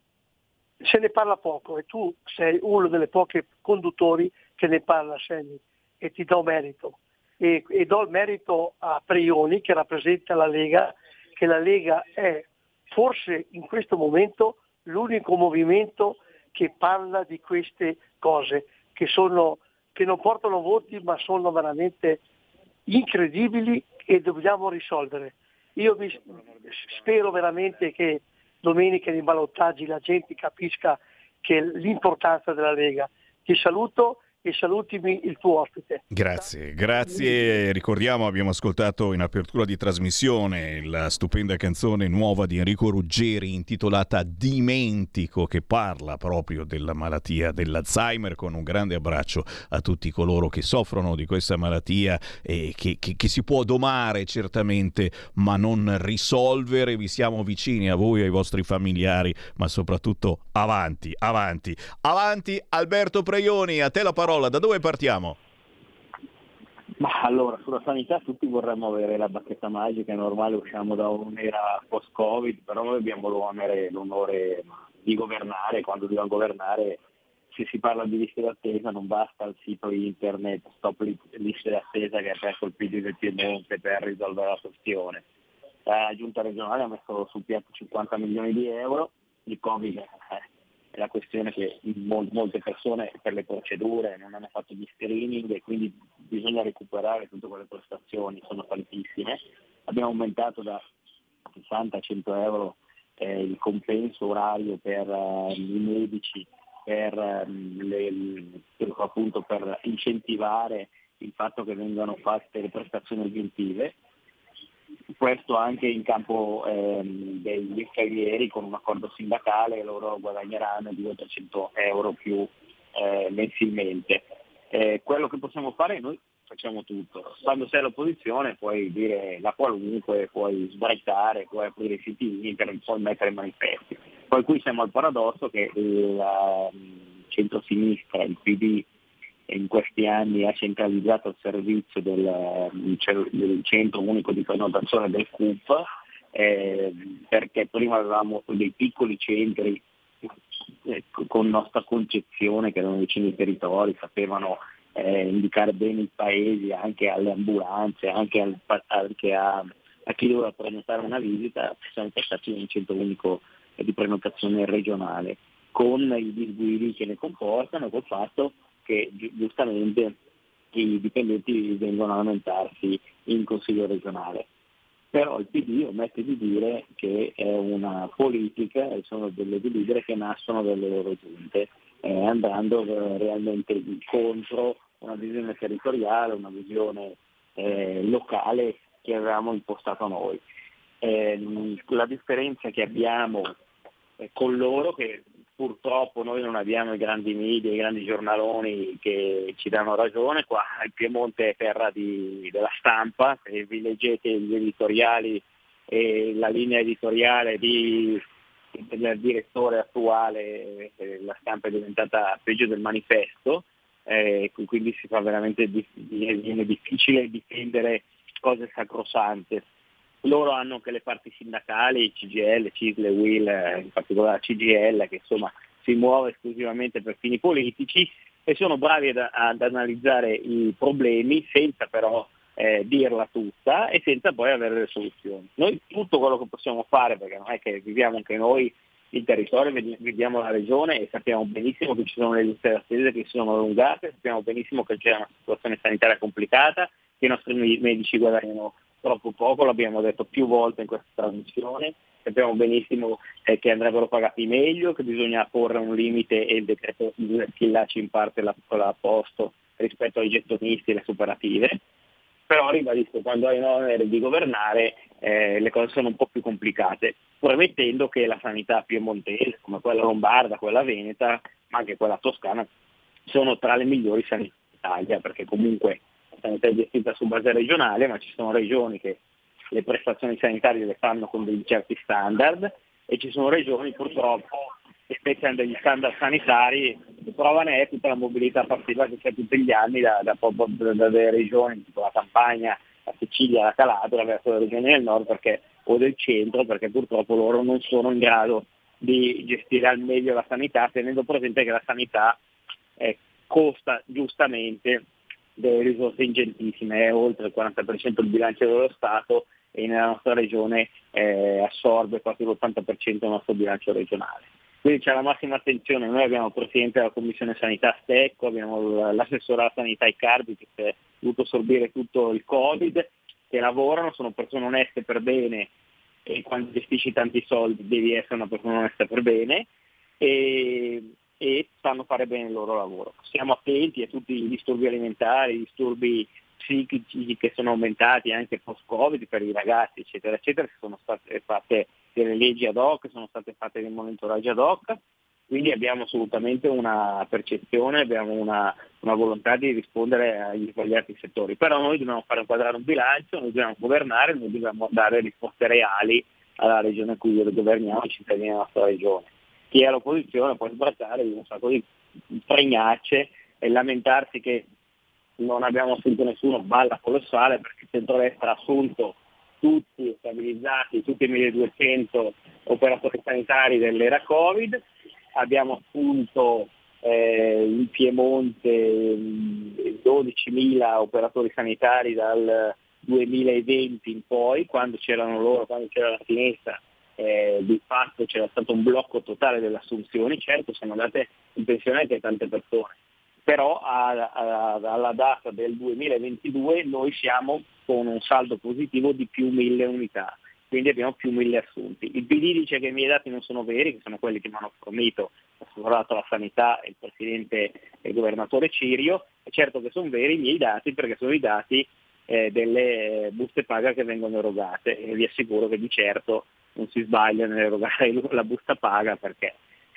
se ne parla poco e tu sei uno delle poche conduttori che ne parla, Sammy, e ti do merito. E, e do il merito a Preioni che rappresenta la Lega, che la Lega è forse in questo momento l'unico movimento che parla di queste cose, che, sono, che non portano voti ma sono veramente incredibili e dobbiamo risolvere. Io mi, spero veramente che domenica nei ballottaggi la gente capisca che l'importanza della Lega. Ti saluto e salutimi il tuo ospite. Grazie, grazie. Ricordiamo, abbiamo ascoltato in apertura di trasmissione la stupenda canzone nuova di Enrico Ruggeri intitolata Dimentico, che parla proprio della malattia dell'Alzheimer, con un grande abbraccio a tutti coloro che soffrono di questa malattia e che, che, che si può domare certamente ma non risolvere. Vi siamo vicini a voi e ai vostri familiari, ma soprattutto avanti, avanti, avanti. Alberto Preioni, a te la parola. Da dove partiamo? Ma allora, sulla sanità tutti vorremmo avere la bacchetta magica, è normale, usciamo da un'era post-Covid, però noi abbiamo l'onere, l'onore di governare. Quando dobbiamo governare, se si parla di liste d'attesa non basta il sito internet stop liste d'attesa che ha perso il P D del Piemonte per risolvere la questione. La giunta regionale ha messo sul piatto cinquanta milioni di euro, il Covid eh, è la questione che molte persone per le procedure non hanno fatto gli screening e quindi bisogna recuperare tutte quelle prestazioni, sono tantissime. Abbiamo aumentato da sessanta a cento euro eh, il compenso orario per eh, i medici per, eh, le, per, appunto per incentivare il fatto che vengano fatte le prestazioni aggiuntive. Questo anche in campo ehm, degli infermieri con un accordo sindacale, loro guadagneranno duecento trecento euro più eh, mensilmente. Eh, quello che possiamo fare noi facciamo tutto. Quando sei all'opposizione puoi dire la qualunque, puoi sbraitare, puoi aprire i siti internet, puoi mettere manifesti. Poi qui siamo al paradosso che il centro-sinistra, il P D, in questi anni ha centralizzato il servizio del, del centro unico di prenotazione del C U P, eh, perché prima avevamo dei piccoli centri eh, con nostra concezione che erano vicini ai territori, sapevano eh, indicare bene i paesi anche alle ambulanze, anche, al, anche a, a chi doveva prenotare una visita, siamo impostati un centro unico di prenotazione regionale, con i disguidi che ne comportano, col fatto che gi- giustamente i dipendenti vengono a lamentarsi in consiglio regionale. Però il P D omette di dire che è una politica e sono delle delibere che nascono dalle loro giunte, eh, andando eh, realmente contro una visione territoriale, una visione eh, locale che avevamo impostato noi. Eh, la differenza che abbiamo eh, con loro, che purtroppo noi non abbiamo i grandi media, i grandi giornaloni che ci danno ragione, qua il Piemonte è terra di, della stampa, se vi leggete gli editoriali e la linea editoriale di, del direttore attuale, eh, la stampa è diventata peggio del Manifesto, eh, quindi si fa veramente di, viene difficile difendere cose sacrosante. Loro hanno anche le parti sindacali, C G I L, C I S L e U I L, in particolare C G I L, che insomma si muove esclusivamente per fini politici e sono bravi ad, ad analizzare i problemi senza però eh, dirla tutta e senza poi avere le soluzioni. Noi tutto quello che possiamo fare, perché non è che viviamo anche noi il territorio, viviamo la regione e sappiamo benissimo che ci sono le liste d'attesa che si sono allungate, sappiamo benissimo che c'è una situazione sanitaria complicata, che i nostri medici guadagnano troppo poco, l'abbiamo detto più volte in questa trasmissione, sappiamo benissimo eh, che andrebbero pagati meglio, che bisogna porre un limite e il decreto Schillaci in parte l'ha, l'ha posto rispetto ai gettonisti e le superative, però ribadisco, quando hai l'onere di governare eh, le cose sono un po' più complicate, premettendo che la sanità piemontese, come quella lombarda, quella veneta, ma anche quella toscana, sono tra le migliori sanità d'Italia, perché comunque la sanità è gestita su base regionale, ma ci sono regioni che le prestazioni sanitarie le fanno con dei certi standard e ci sono regioni purtroppo che invece hanno degli standard sanitari. Prova ne è tutta la mobilità passiva che c'è tutti gli anni da, da, da, da delle regioni tipo la Campania, la Sicilia, la Calabria, verso le regioni del nord perché, o del centro, perché purtroppo loro non sono in grado di gestire al meglio la sanità, tenendo presente che la sanità eh, costa giustamente delle risorse ingentissime, è oltre il quaranta per cento del bilancio dello Stato e nella nostra regione eh, assorbe quasi l'ottanta per cento del nostro bilancio regionale. Quindi c'è la massima attenzione, noi abbiamo il Presidente della Commissione Sanità Stecco, abbiamo l'assessore alla sanità Icardi che si è dovuto assorbire tutto il Covid, che lavorano, sono persone oneste per bene e quando gestisci tanti soldi devi essere una persona onesta per bene e, e sanno fare bene il loro lavoro. Siamo attenti a tutti i disturbi alimentari, i disturbi psichici che sono aumentati anche post-Covid per i ragazzi, eccetera, eccetera, sono state fatte delle leggi ad hoc, sono state fatte dei monitoraggi ad hoc, quindi abbiamo assolutamente una percezione, abbiamo una, una volontà di rispondere agli sbagliati settori, però noi dobbiamo fare inquadrare un bilancio, noi dobbiamo governare, noi dobbiamo dare risposte reali alla regione in cui governiamo, i cittadini della nostra regione. Chi è all'opposizione può sbrattare di un sacco di pregnacce e lamentarsi che non abbiamo assunto nessuno, balla colossale perché il centrodestra ha assunto tutti stabilizzati, tutti i milleduecento operatori sanitari dell'era Covid, abbiamo assunto eh, in Piemonte dodicimila operatori sanitari dal duemilaventi in poi, quando c'erano loro, quando c'era la finestra, eh, di fatto c'era stato un blocco totale delle assunzioni, certo sono andate in pensione anche tante persone, però a, a, alla data del duemilaventidue noi siamo con un saldo positivo di più mille unità, quindi abbiamo più mille assunti. Il P D dice che i miei dati non sono veri, che sono quelli che mi hanno fornito, ho formato la sanità e il presidente e il governatore Cirio, è certo che sono veri i miei dati perché sono i dati eh, delle buste paga che vengono erogate e vi assicuro che di certo non si sbaglia nell'erogare la busta paga perché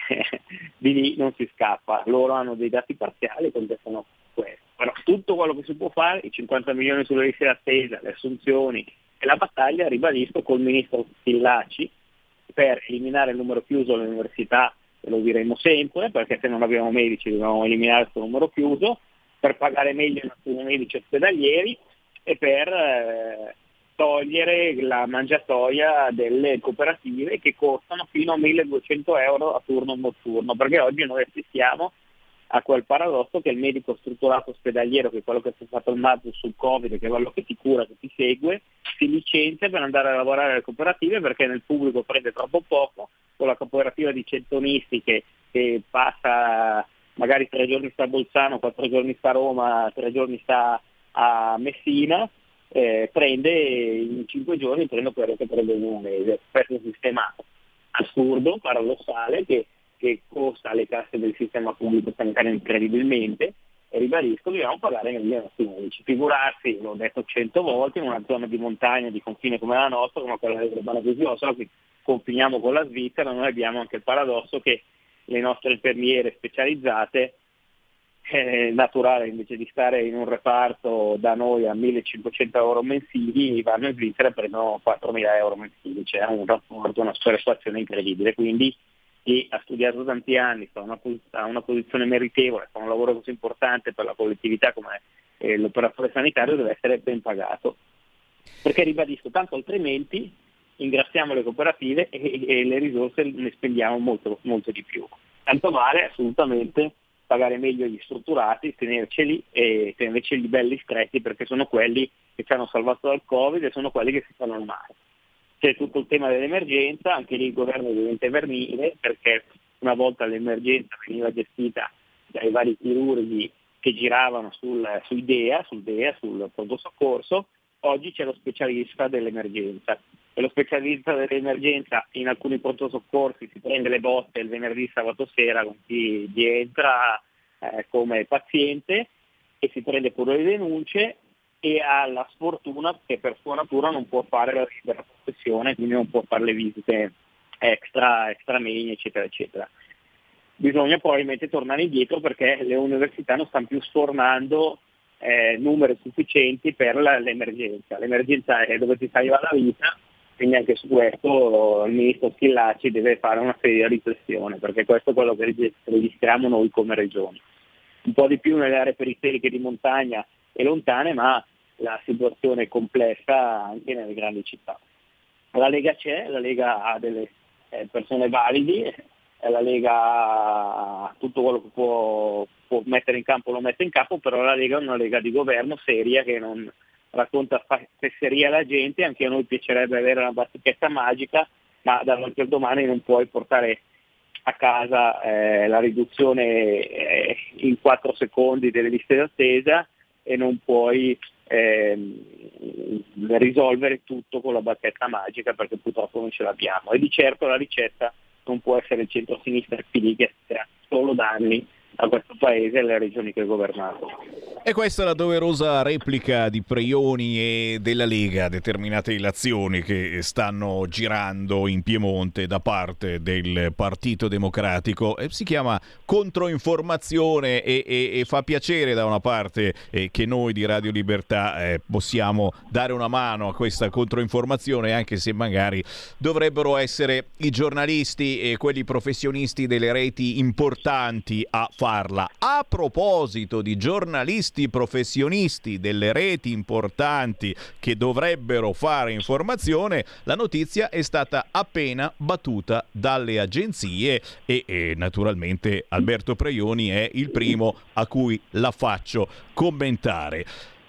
di lì non si scappa, loro hanno dei dati parziali e contestano questo. Però tutto quello che si può fare, i cinquanta milioni sulle liste d'attesa, le assunzioni e la battaglia, ribadisco, col ministro Schillaci per eliminare il numero chiuso alle università, e lo diremo sempre, perché se non abbiamo medici dobbiamo eliminare questo numero chiuso, per pagare meglio i nostri medici ospedalieri e per eh, togliere la mangiatoia delle cooperative che costano fino a milleduecento euro a turno notturno, perché oggi noi assistiamo a quel paradosso che il medico strutturato ospedaliero, che è quello che si è fatto il mazzo sul Covid, che è quello che ti cura, che ti segue, si licenzia per andare a lavorare alle cooperative perché nel pubblico prende troppo poco, con la cooperativa di centonisti che, che passa magari tre giorni sta a Bolzano, quattro giorni sta a Roma, tre giorni sta a Messina, eh, prende in cinque giorni prende quello che prende in un mese. Questo è un sistema assurdo, paradossale, che che costa alle casse del sistema pubblico sanitario incredibilmente, e ribadisco, dobbiamo pagare negli nostri medici. Figurarsi, l'ho detto cento volte, in una zona di montagna di confine come la nostra, come quella del Urbano Cosio, solo che confiniamo con la Svizzera, noi abbiamo anche il paradosso che le nostre infermiere specializzate, eh, naturale, invece di stare in un reparto da noi a millecinquecento euro mensili, vanno in Svizzera e prendono quattromila euro mensili, c'è un rapporto, una sperequazione incredibile. Quindi chi ha studiato tanti anni, sta una, ha una posizione meritevole, fa un lavoro così importante per la collettività come eh, l'operatore sanitario, deve essere ben pagato. Perché ribadisco, tanto altrimenti ingrassiamo le cooperative e, e le risorse ne spendiamo molto, molto di più. Tanto vale assolutamente pagare meglio gli strutturati, tenerceli e tenerceli belli stretti, perché sono quelli che ci hanno salvato dal Covid e sono quelli che si fanno male. C'è tutto il tema dell'emergenza, anche lì il governo diventa vermile, perché una volta l'emergenza veniva gestita dai vari chirurghi che giravano sul, sul D E A, sul D E A, sul pronto soccorso. Oggi c'è lo specialista dell'emergenza, e lo specialista dell'emergenza in alcuni pronto soccorsi si prende le botte il venerdì, sabato sera con chi gli entra eh, come paziente, e si prende pure le denunce, e ha la sfortuna che per sua natura non può fare la libera professione, quindi non può fare le visite extra, extra meni, eccetera, eccetera. Bisogna probabilmente tornare indietro perché le università non stanno più sfornando eh, numeri sufficienti per la, l'emergenza. L'emergenza è dove ti salva la vita, quindi anche su questo il ministro Schillaci deve fare una seria riflessione, perché questo è quello che registriamo noi come regioni. Un po' di più nelle aree periferiche di montagna e lontane, ma la situazione è complessa anche nelle grandi città. La Lega c'è, la Lega ha delle eh, persone validi, la Lega ha tutto quello che può, può mettere in campo lo mette in campo, però la Lega è una Lega di governo seria che non racconta fesserie alla gente. Anche a noi piacerebbe avere una bacchetta magica, ma dall'oggi al domani non puoi portare a casa eh, la riduzione eh, in quattro secondi delle liste d'attesa, e non puoi eh, risolvere tutto con la bacchetta magica, perché purtroppo non ce l'abbiamo, e di certo la ricetta non può essere il centro-sinistra e il P D che crea solo danni a questo paese e alle regioni che ha governato. E questa è la doverosa replica di Preioni e della Lega a determinate ilazioni che stanno girando in Piemonte da parte del Partito Democratico. E si chiama controinformazione e, e, e fa piacere da una parte eh, che noi di Radio Libertà eh, possiamo dare una mano a questa controinformazione, anche se magari dovrebbero essere i giornalisti e quelli professionisti delle reti importanti a farla. A proposito di giornalisti professionisti delle reti importanti che dovrebbero fare informazione, la notizia è stata appena battuta dalle agenzie e, e naturalmente Alberto Preioni è il primo a cui la faccio commentare.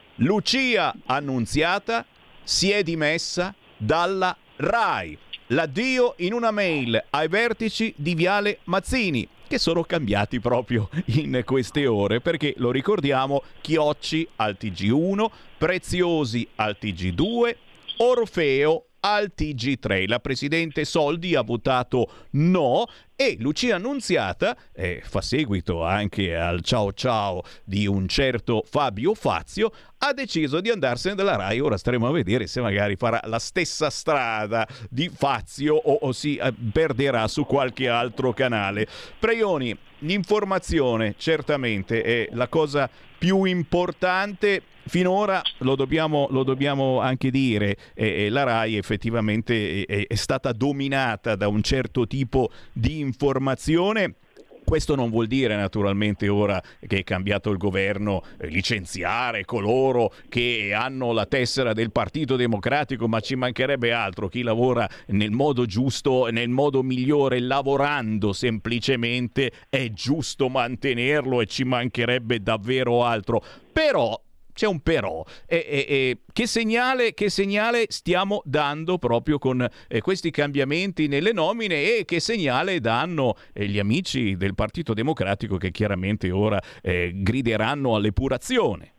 Lucia Annunziata si è dimessa dalla RAI. L'addio in una mail ai vertici di Viale Mazzini, che sono cambiati proprio in queste ore, perché lo ricordiamo, Chiocci al T G uno, Preziosi al T G due, Orfeo al T G tre. La presidente Soldi ha votato no e Lucia Annunziata eh, fa seguito anche al ciao ciao di un certo Fabio Fazio, ha deciso di andarsene dalla RAI. Ora staremo a vedere se magari farà la stessa strada di Fazio o, o si eh, perderà su qualche altro canale. Preioni, l'informazione certamente è la cosa più importante. Finora lo dobbiamo, lo dobbiamo anche dire, eh, la RAI effettivamente è, è stata dominata da un certo tipo di informazione. Questo non vuol dire naturalmente, ora che è cambiato il governo, eh, licenziare coloro che hanno la tessera del Partito Democratico, ma ci mancherebbe altro. Chi lavora nel modo giusto, nel modo migliore, lavorando semplicemente, è giusto mantenerlo e ci mancherebbe davvero altro. Però c'è un però. E, e, e, che segnale, che segnale stiamo dando proprio con eh, questi cambiamenti nelle nomine, e che segnale danno eh, gli amici del Partito Democratico, che chiaramente ora eh, grideranno all'epurazione?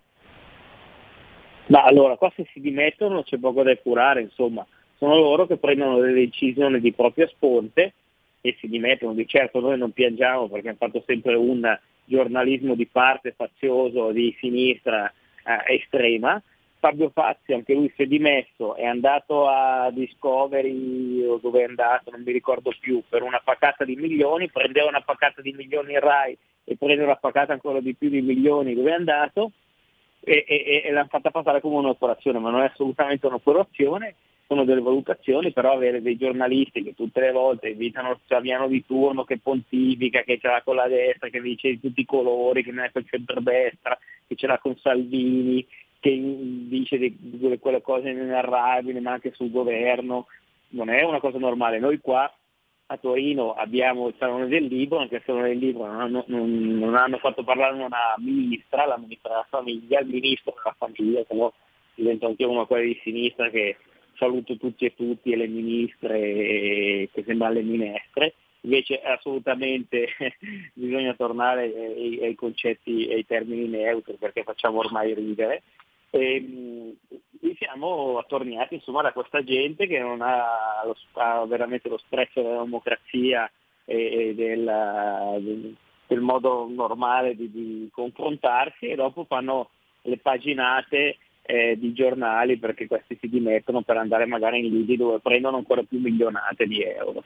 Ma allora, qua se si dimettono c'è poco da epurare, insomma, sono loro che prendono delle decisioni di propria sponte e si dimettono. Di certo noi non piangiamo, perché hanno fatto sempre un giornalismo di parte, fazioso, di sinistra eh, estrema. Fabio Fazio, anche lui si è dimesso, è andato a Discovery, o dove è andato, non mi ricordo più, per una pacata di milioni, prendeva una pacata di milioni in Rai e prende una pacata ancora di più di milioni dove è andato, e, e, e l'hanno fatta passare come un'operazione, ma non è assolutamente un'operazione, sono delle valutazioni. Però avere dei giornalisti che tutte le volte invitano Saviano di turno che pontifica, che ce l'ha con la destra, che dice di tutti i colori, che non è col centrodestra, che ce l'ha con Salvini, che dice di, di quelle cose inenarrabili, ma anche sul governo, non è una cosa normale. Noi qua a Torino abbiamo il Salone del Libro, anche il Salone del Libro non hanno, non, non hanno fatto parlare una ministra, la ministra della famiglia, il ministro della famiglia, se no divento anche una quella di sinistra che saluto tutti e tutti, e le ministre e, che sembrano le minestre. Invece assolutamente bisogna tornare ai, ai concetti e ai termini neutri, perché facciamo ormai ridere. E, mh, siamo attorniati insomma da questa gente che non ha, lo, ha veramente lo sprezzo della democrazia e, e del, del, del modo normale di, di confrontarsi, e dopo fanno le paginate eh, di giornali perché questi si dimettono per andare magari in lidi dove prendono ancora più milionate di euro.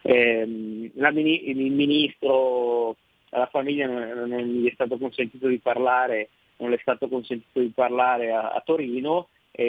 Eh, la, il ministro alla famiglia non, non gli è stato consentito di parlare non le è stato consentito di parlare a, a Torino,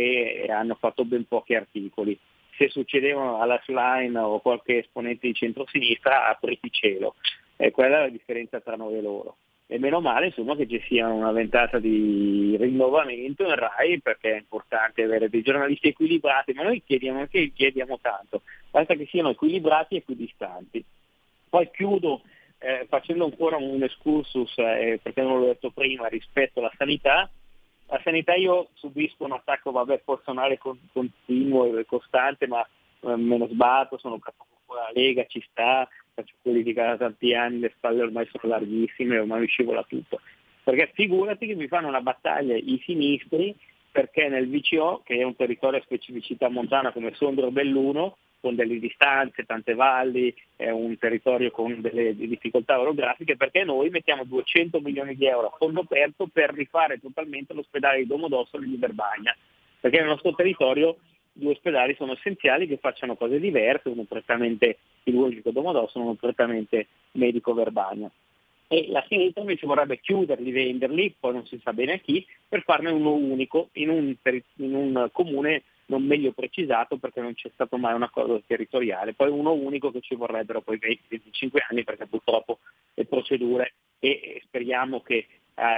e hanno fatto ben pochi articoli. Se succedevano alla Schlein o qualche esponente di centrosinistra, apriti cielo. E quella è la differenza tra noi e loro. E meno male insomma che ci sia una ventata di rinnovamento in Rai, perché è importante avere dei giornalisti equilibrati, ma noi chiediamo anche chiediamo tanto, basta che siano equilibrati e equidistanti. Poi chiudo Eh, facendo ancora un excursus, eh, perché non l'ho detto prima, rispetto alla sanità. La sanità, io subisco un attacco vabbè, personale con, continuo e costante, ma eh, me ne sbatto, sono capogruppo della Lega, ci sta, faccio politica da tanti anni, le spalle ormai sono larghissime, ormai mi scivola tutto. Perché figurati che mi fanno una battaglia i sinistri, perché nel V C O, che è un territorio a specificità montana come Sondrio Belluno, con delle distanze, tante valli, è un territorio con delle difficoltà orografiche, perché noi mettiamo duecento milioni di euro a fondo aperto per rifare totalmente l'ospedale di Domodossola e di Verbagna, perché nel nostro territorio due ospedali sono essenziali che facciano cose diverse, uno prettamente chirurgico Domodossola, uno prettamente medico Verbagna. E la sinistra invece vorrebbe chiuderli, venderli, poi non si sa bene a chi, per farne uno unico in un, in un comune non meglio precisato, perché non c'è stato mai un accordo territoriale, poi uno unico che ci vorrebbero poi venti venticinque anni, perché purtroppo le procedure, e, e speriamo che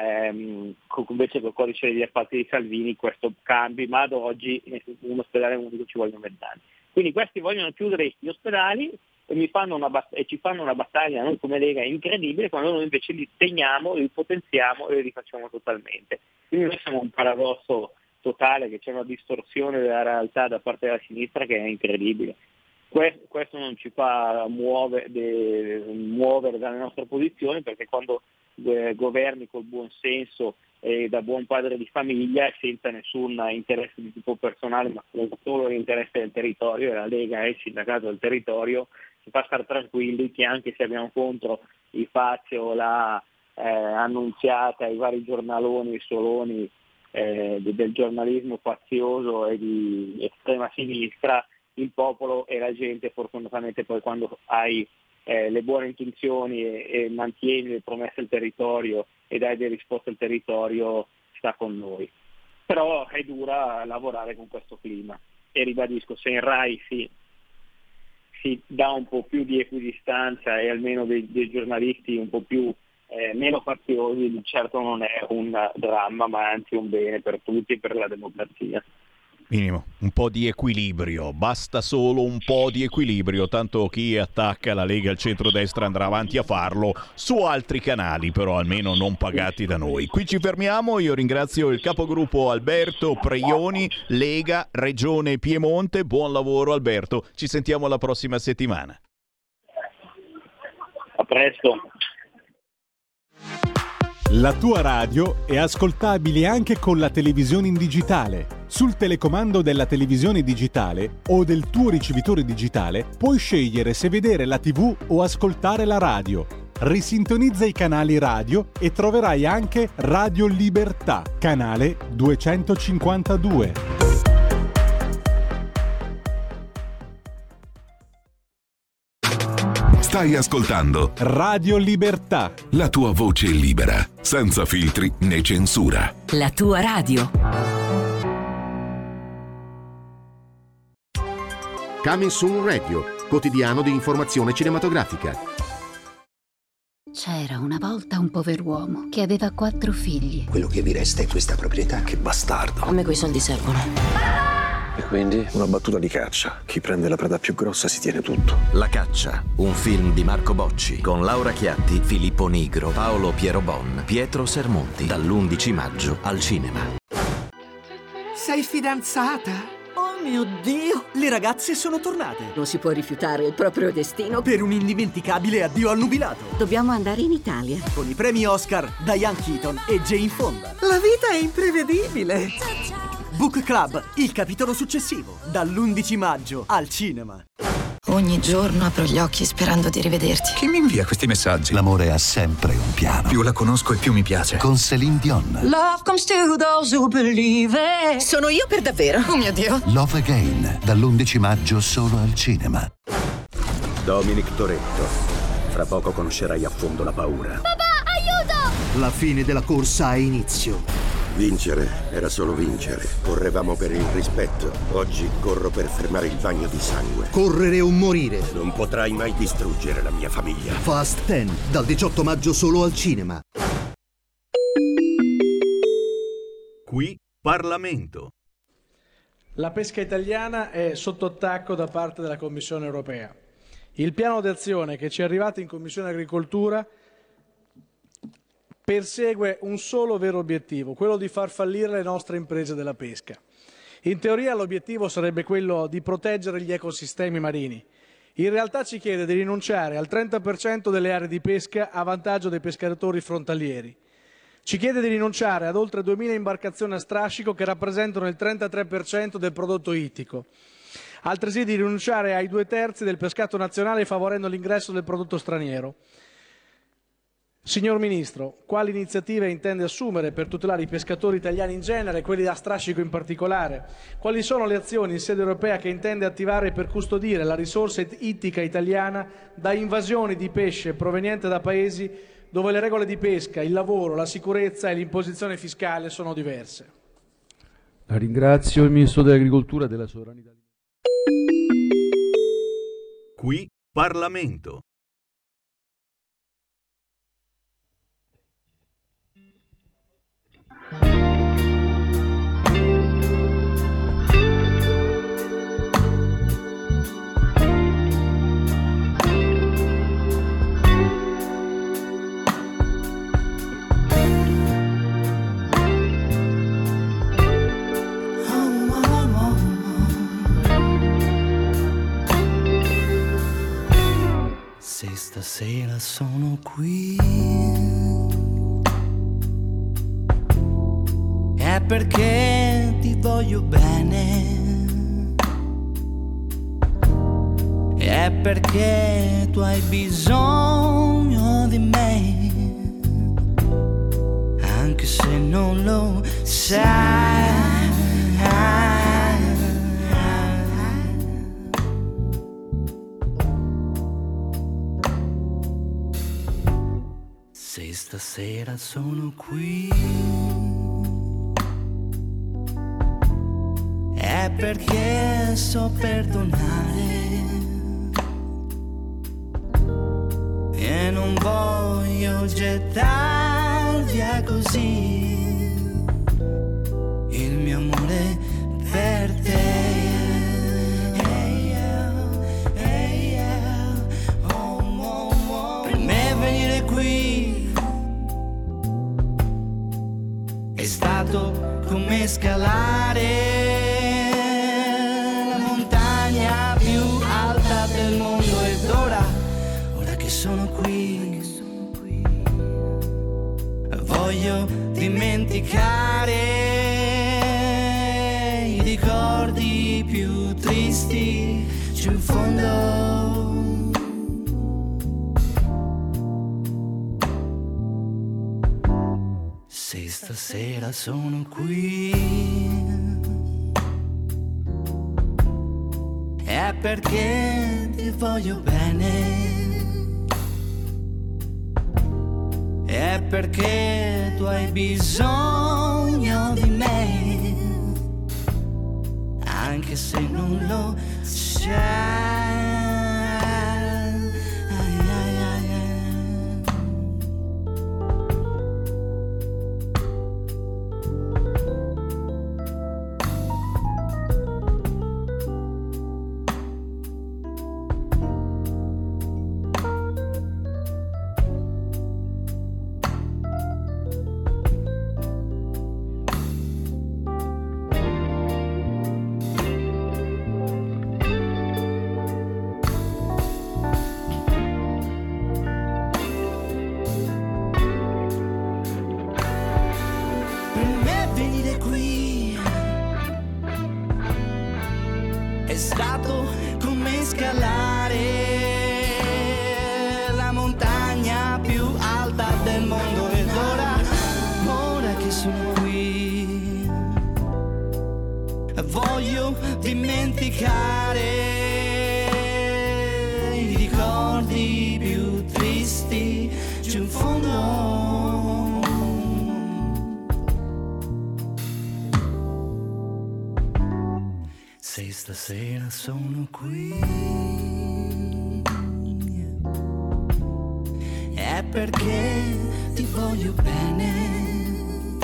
ehm, invece col codice degli appalti di Salvini questo cambi, ma ad oggi un ospedale unico ci vogliono vent'anni. Quindi questi vogliono chiudere gli ospedali e, mi fanno una bat- e ci fanno una battaglia noi come Lega incredibile, quando noi invece li teniamo, li potenziamo e li rifacciamo totalmente. Quindi noi siamo un paradosso totale, che c'è una distorsione della realtà da parte della sinistra che è incredibile. Questo, questo non ci fa muovere, de, muovere dalle nostre posizioni, perché quando eh, governi col buon senso e da buon padre di famiglia, senza nessun interesse di tipo personale, ma solo l'interesse del territorio, e la Lega è il sindacato del territorio, si fa stare tranquilli che anche se abbiamo contro i Fazio, la eh, Annunziata, i vari giornaloni, i soloni eh, del giornalismo fazioso e di estrema sinistra, il popolo e la gente fortunatamente poi quando hai eh, le buone intenzioni e, e mantieni le promesse al territorio e dai delle risposte al territorio, sta con noi. Però è dura lavorare con questo clima, e ribadisco, se in Rai si, si dà un po' più di equidistanza e almeno dei, dei giornalisti un po' più eh, meno faziosi, certo non è un dramma, ma anzi un bene per tutti e per la democrazia. Minimo, un po' di equilibrio, basta solo un po' di equilibrio, tanto chi attacca la Lega e il centrodestra andrà avanti a farlo su altri canali, però almeno non pagati da noi. Qui ci fermiamo, io ringrazio il capogruppo Alberto Preioni, Lega, Regione Piemonte, buon lavoro Alberto, ci sentiamo la prossima settimana. A presto. La tua radio è ascoltabile anche con la televisione in digitale. Sul telecomando della televisione digitale o del tuo ricevitore digitale puoi scegliere se vedere la tivù o ascoltare la radio. Risintonizza i canali radio e troverai anche Radio Libertà, canale duecentocinquantadue. Stai ascoltando Radio Libertà, la tua voce libera, senza filtri né censura. La tua radio. Coming Soon Radio, quotidiano di informazione cinematografica. C'era una volta un pover'uomo che aveva quattro figli. Quello che mi resta è questa proprietà. Che bastardo. A me quei soldi servono. E quindi una battuta di caccia. Chi prende la preda più grossa si tiene tutto. La caccia, un film di Marco Bocci con Laura Chiatti, Filippo Nigro, Paolo Pierobon, Pietro Sermonti, dall'undici maggio al cinema. Sei fidanzata? Oh mio Dio, le ragazze sono tornate. Non si può rifiutare il proprio destino Per un indimenticabile addio al nubilato. Dobbiamo andare in Italia. Con i premi Oscar, Diane Keaton e Jane Fonda. La vita è imprevedibile. Book Club, il capitolo successivo, dall'undici maggio al cinema. Ogni giorno apro gli occhi sperando di rivederti. Chi mi invia questi messaggi? L'amore ha sempre un piano. Più la conosco e più mi piace. Con Céline Dion. Love comes to those who believe it. Sono io per davvero. Oh mio Dio. Love Again, dall'undici maggio solo al cinema. Dominic Toretto. Fra poco conoscerai a fondo la paura. Papà, aiuto! La fine della corsa ha inizio. Vincere era solo vincere. Correvamo per il rispetto. Oggi corro per fermare il bagno di sangue. Correre o morire. Non potrai mai distruggere la mia famiglia. Fast dieci, dal diciotto maggio solo al cinema. Qui Parlamento. La pesca italiana è sotto attacco da parte della Commissione europea. Il piano d'azione che ci è arrivato in Commissione Agricoltura persegue un solo vero obiettivo, quello di far fallire le nostre imprese della pesca. In teoria l'obiettivo sarebbe quello di proteggere gli ecosistemi marini. In realtà ci chiede di rinunciare al trenta per cento delle aree di pesca a vantaggio dei pescatori frontalieri. Ci chiede di rinunciare ad oltre duemila imbarcazioni a strascico che rappresentano il trentatré per cento del prodotto ittico. Altresì di rinunciare ai due terzi del pescato nazionale favorendo l'ingresso del prodotto straniero. Signor Ministro, quali iniziative intende assumere per tutelare i pescatori italiani in genere e quelli da strascico in particolare? Quali sono le azioni in sede europea che intende attivare per custodire la risorsa ittica italiana da invasioni di pesce proveniente da paesi dove le regole di pesca, il lavoro, la sicurezza e l'imposizione fiscale sono diverse? La ringrazio, il Ministro dell'Agricoltura e della Sovranità. Qui Parlamento. Se stasera sono qui è perché ti voglio bene, è perché tu hai bisogno di me, anche se non lo sai. Se stasera sono qui è perché so perdonare, non voglio gettar via così il mio amore per te. Hey, yeah, hey, yeah. Oh, oh, oh. Per me venire qui è stato come scalare la montagna più alta del mondo, ed ora, ora che sono qui, voglio dimenticare i ricordi più tristi giù in fondo. Se stasera sono qui è perché ti voglio bene, è perché tu hai bisogno di me, anche se non lo sai. Stasera sono qui è perché ti voglio bene,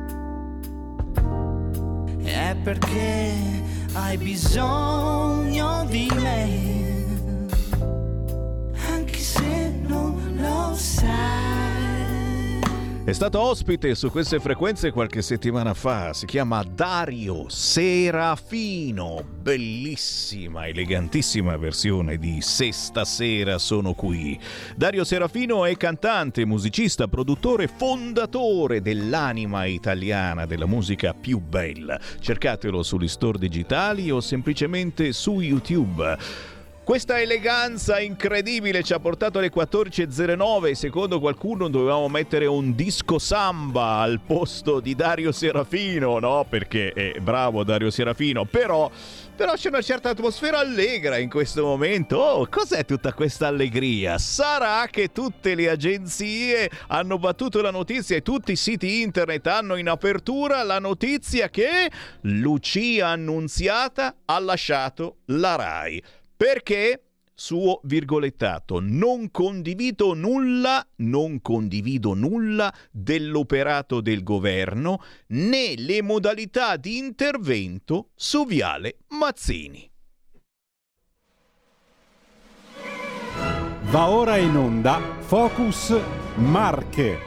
è perché hai bisogno di me, anche se non lo sai. È stato ospite su queste frequenze qualche settimana fa, si chiama Dario Serafino, bellissima, elegantissima versione di Se stasera sono qui. Dario Serafino è cantante, musicista, produttore, fondatore dell'anima italiana della musica più bella. Cercatelo sugli store digitali o semplicemente su YouTube. Questa eleganza incredibile ci ha portato alle quattordici e zero nove. Secondo qualcuno dovevamo mettere un disco samba al posto di Dario Serafino, no? Perché è bravo Dario Serafino, però, però c'è una certa atmosfera allegra in questo momento. Oh, cos'è tutta questa allegria? Sarà che tutte le agenzie hanno battuto la notizia e tutti i siti internet hanno in apertura la notizia che Lucia Annunziata ha lasciato la Rai. Perché, suo virgolettato, non condivido nulla, non condivido nulla dell'operato del governo né le modalità di intervento su Viale Mazzini. Va ora in onda Focus Marche.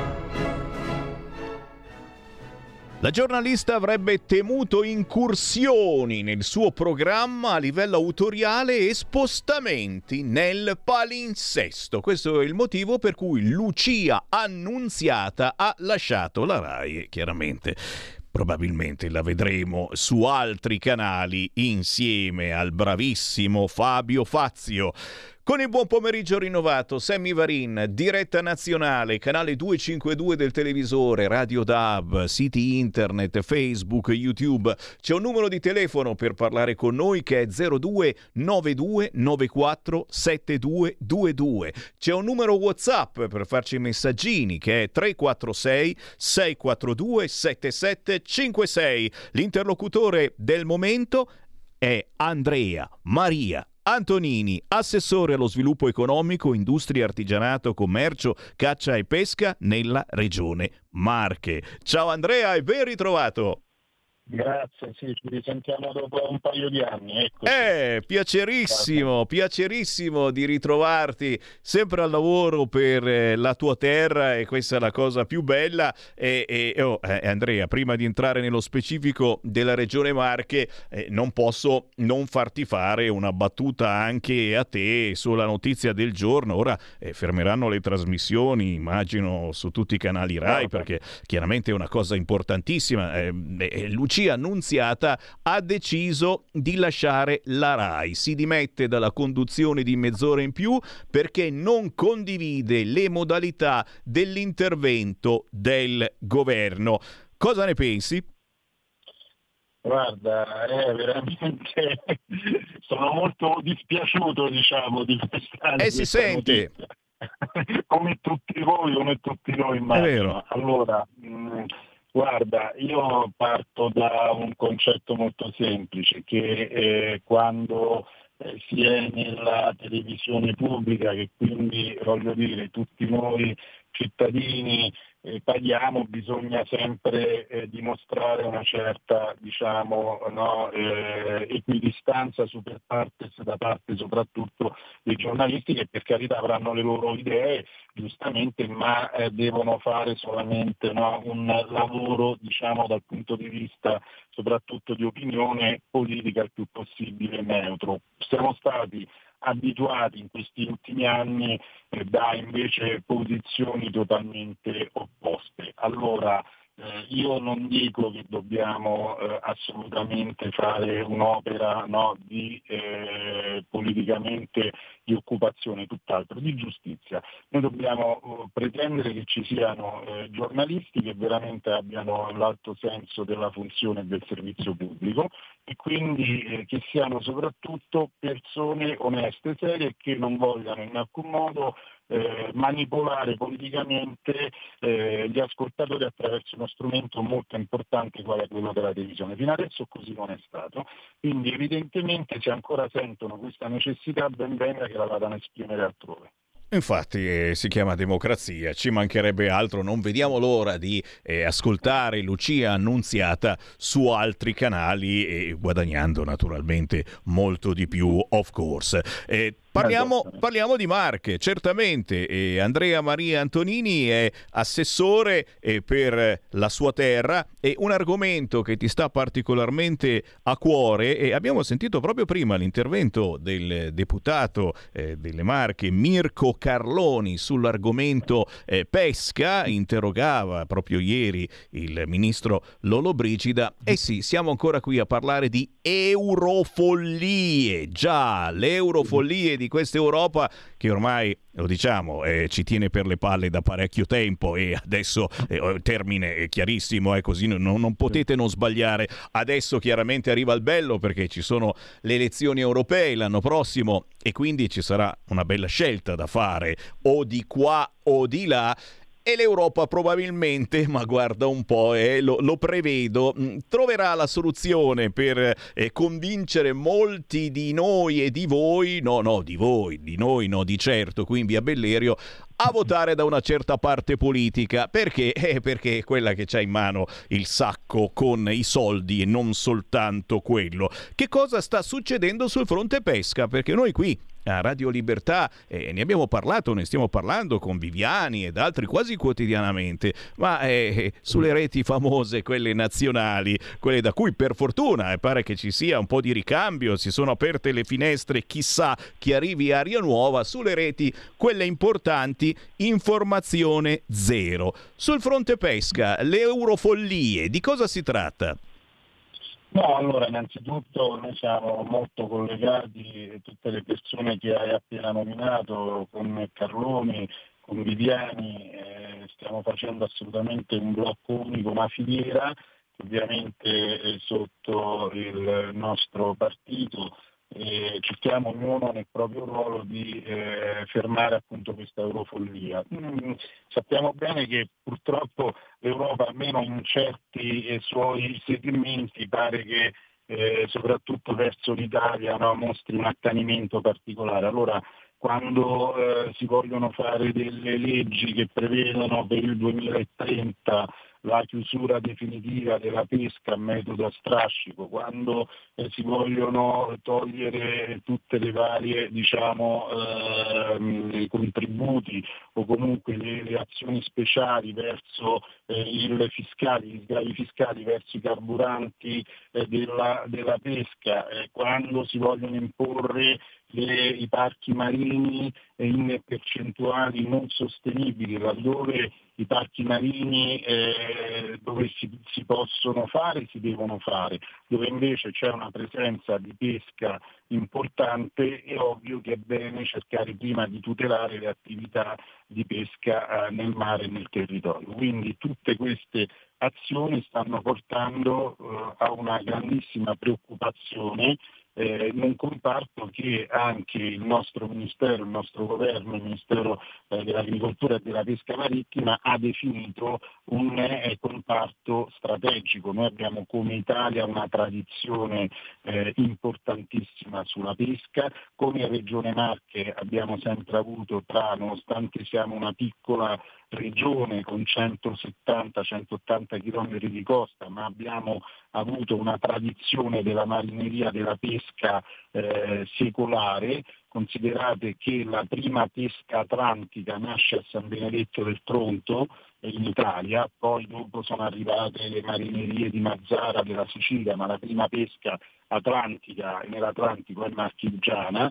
La giornalista avrebbe temuto incursioni nel suo programma a livello autoriale e spostamenti nel palinsesto. Questo è il motivo per cui Lucia Annunziata ha lasciato la Rai e chiaramente probabilmente la vedremo su altri canali insieme al bravissimo Fabio Fazio. Con il buon pomeriggio rinnovato, Sammy Varin, diretta nazionale, canale duecentocinquantadue del televisore, Radio D A B, siti internet, Facebook, YouTube. C'è un numero di telefono per parlare con noi che è zero due nove due nove quattro sette due due due. C'è un numero WhatsApp per farci messaggini che è tre quattro sei sei quattro due sette sette cinque sei. L'interlocutore del momento è Andrea Maria Antonini, assessore allo sviluppo economico, industria, artigianato, commercio, caccia e pesca nella regione Marche. Ciao Andrea e ben ritrovato. Grazie, sì, ci risentiamo dopo un paio di anni. Eccoci. Eh, piacerissimo, piacerissimo di ritrovarti sempre al lavoro per eh, la tua terra, e questa è la cosa più bella. E, e oh, eh, Andrea, prima di entrare nello specifico della regione Marche, eh, non posso non farti fare una battuta anche a te sulla notizia del giorno. Ora eh, fermeranno le trasmissioni, immagino, su tutti i canali Rai, perché chiaramente è una cosa importantissima. Eh, eh, Lucia Annunziata ha deciso di lasciare la Rai, si dimette dalla conduzione di Mezz'ora in più perché non condivide le modalità dell'intervento del governo. Cosa ne pensi? Guarda, è veramente sono molto dispiaciuto, diciamo, di questa Eh, si sente. come tutti voi, come tutti noi, immagino. È vero. Allora, mh, guarda, io parto da un concetto molto semplice, che eh, quando eh, si è nella televisione pubblica, che quindi, voglio dire, tutti noi cittadini eh, paghiamo, bisogna sempre eh, dimostrare una certa, diciamo, no, eh, equidistanza super partes da parte soprattutto dei giornalisti, che per carità avranno le loro idee, giustamente, ma eh, devono fare solamente, no, un lavoro, diciamo, dal punto di vista soprattutto di opinione politica il più possibile neutro. Siamo stati abituati in questi ultimi anni eh, da invece posizioni totalmente opposte. Allora eh, io non dico che dobbiamo eh, assolutamente fare un'opera, no, di eh, politicamente di occupazione, tutt'altro, di giustizia. Noi dobbiamo eh, pretendere che ci siano eh, giornalisti che veramente abbiano l'alto senso della funzione e del servizio pubblico, e quindi eh, che siano soprattutto persone oneste, serie, che non vogliano in alcun modo eh, manipolare politicamente eh, gli ascoltatori attraverso uno strumento molto importante quale quello della televisione. Fino adesso così non è stato, quindi evidentemente se ancora sentono questa necessità, ben venga che la vadano a esprimere altrove. Infatti eh, si chiama democrazia, ci mancherebbe altro, non vediamo l'ora di eh, ascoltare Lucia Annunziata su altri canali e guadagnando naturalmente molto di più, of course. Eh, Parliamo, parliamo di Marche, certamente. E Andrea Maria Antonini è assessore eh, per la sua terra, e un argomento che ti sta particolarmente a cuore, e abbiamo sentito proprio prima l'intervento del deputato eh, delle Marche Mirko Carloni sull'argomento eh, pesca, interrogava proprio ieri il ministro Lollobrigida. E sì, siamo ancora qui a parlare di eurofollie, già, le eurofollie di questa Europa che ormai, lo diciamo, eh, ci tiene per le palle da parecchio tempo, e adesso eh, termine chiarissimo, è eh, così, non, non potete non sbagliare. Adesso chiaramente arriva il bello, perché ci sono le elezioni europee l'anno prossimo, e quindi ci sarà una bella scelta da fare, o di qua o di là. E l'Europa probabilmente, ma guarda un po', eh, lo, lo prevedo, mh, troverà la soluzione per eh, convincere molti di noi e di voi, no, no, di voi, di noi no, di certo, qui in via Bellerio, a votare da una certa parte politica. Perché? Eh, perché è quella che c'ha in mano il sacco con i soldi, e non soltanto quello. Che cosa sta succedendo sul fronte pesca? Perché noi qui a Radio Libertà eh, ne abbiamo parlato, ne stiamo parlando con Viviani ed altri quasi quotidianamente, ma eh, sulle reti famose, quelle nazionali, quelle da cui per fortuna eh, pare che ci sia un po' di ricambio, si sono aperte le finestre, chissà che arrivi aria nuova, sulle reti quelle importanti, informazione zero. Sul fronte pesca, le eurofollie, di cosa si tratta? No, allora innanzitutto noi siamo molto collegati, tutte le persone che hai appena nominato, con Carloni, con Viviani, eh, stiamo facendo assolutamente un blocco unico, una filiera, ovviamente eh, sotto il nostro partito. Eh, cerchiamo ognuno nel proprio ruolo di eh, fermare appunto questa eurofollia. Mm, sappiamo bene che purtroppo l'Europa, almeno in certi eh, suoi segmenti, pare che eh, soprattutto verso l'Italia, no, mostri un accanimento particolare. Allora, quando eh, si vogliono fare delle leggi che prevedono per il duemilatrenta la chiusura definitiva della pesca a metodo a strascico, quando eh, si vogliono togliere tutte le varie, diciamo, eh, contributi o comunque le, le azioni speciali verso eh, il fiscali, gli sgravi fiscali verso i carburanti eh, della, della pesca, eh, quando si vogliono imporre le, i parchi marini in percentuali non sostenibili, laddove i parchi marini eh, dove si, si possono fare, si devono fare, dove invece c'è una presenza di pesca importante, è ovvio che è bene cercare prima di tutelare le attività di pesca eh, nel mare e nel territorio. Quindi tutte queste azioni stanno portando eh, a una grandissima preoccupazione Eh, in un comparto che anche il nostro Ministero, il nostro Governo, il Ministero eh, dell'Agricoltura e della Pesca Marittima ha definito un eh, comparto strategico. Noi abbiamo come Italia una tradizione eh, importantissima sulla pesca, come Regione Marche abbiamo sempre avuto, tra, nonostante siamo una piccola regione con centosettanta centottanta chilometri di costa, ma abbiamo avuto una tradizione della marineria della pesca eh, secolare. Considerate che la prima pesca atlantica nasce a San Benedetto del Tronto in Italia, poi dopo sono arrivate le marinerie di Mazzara della Sicilia, ma la prima pesca atlantica nell'Atlantico è marchigiana.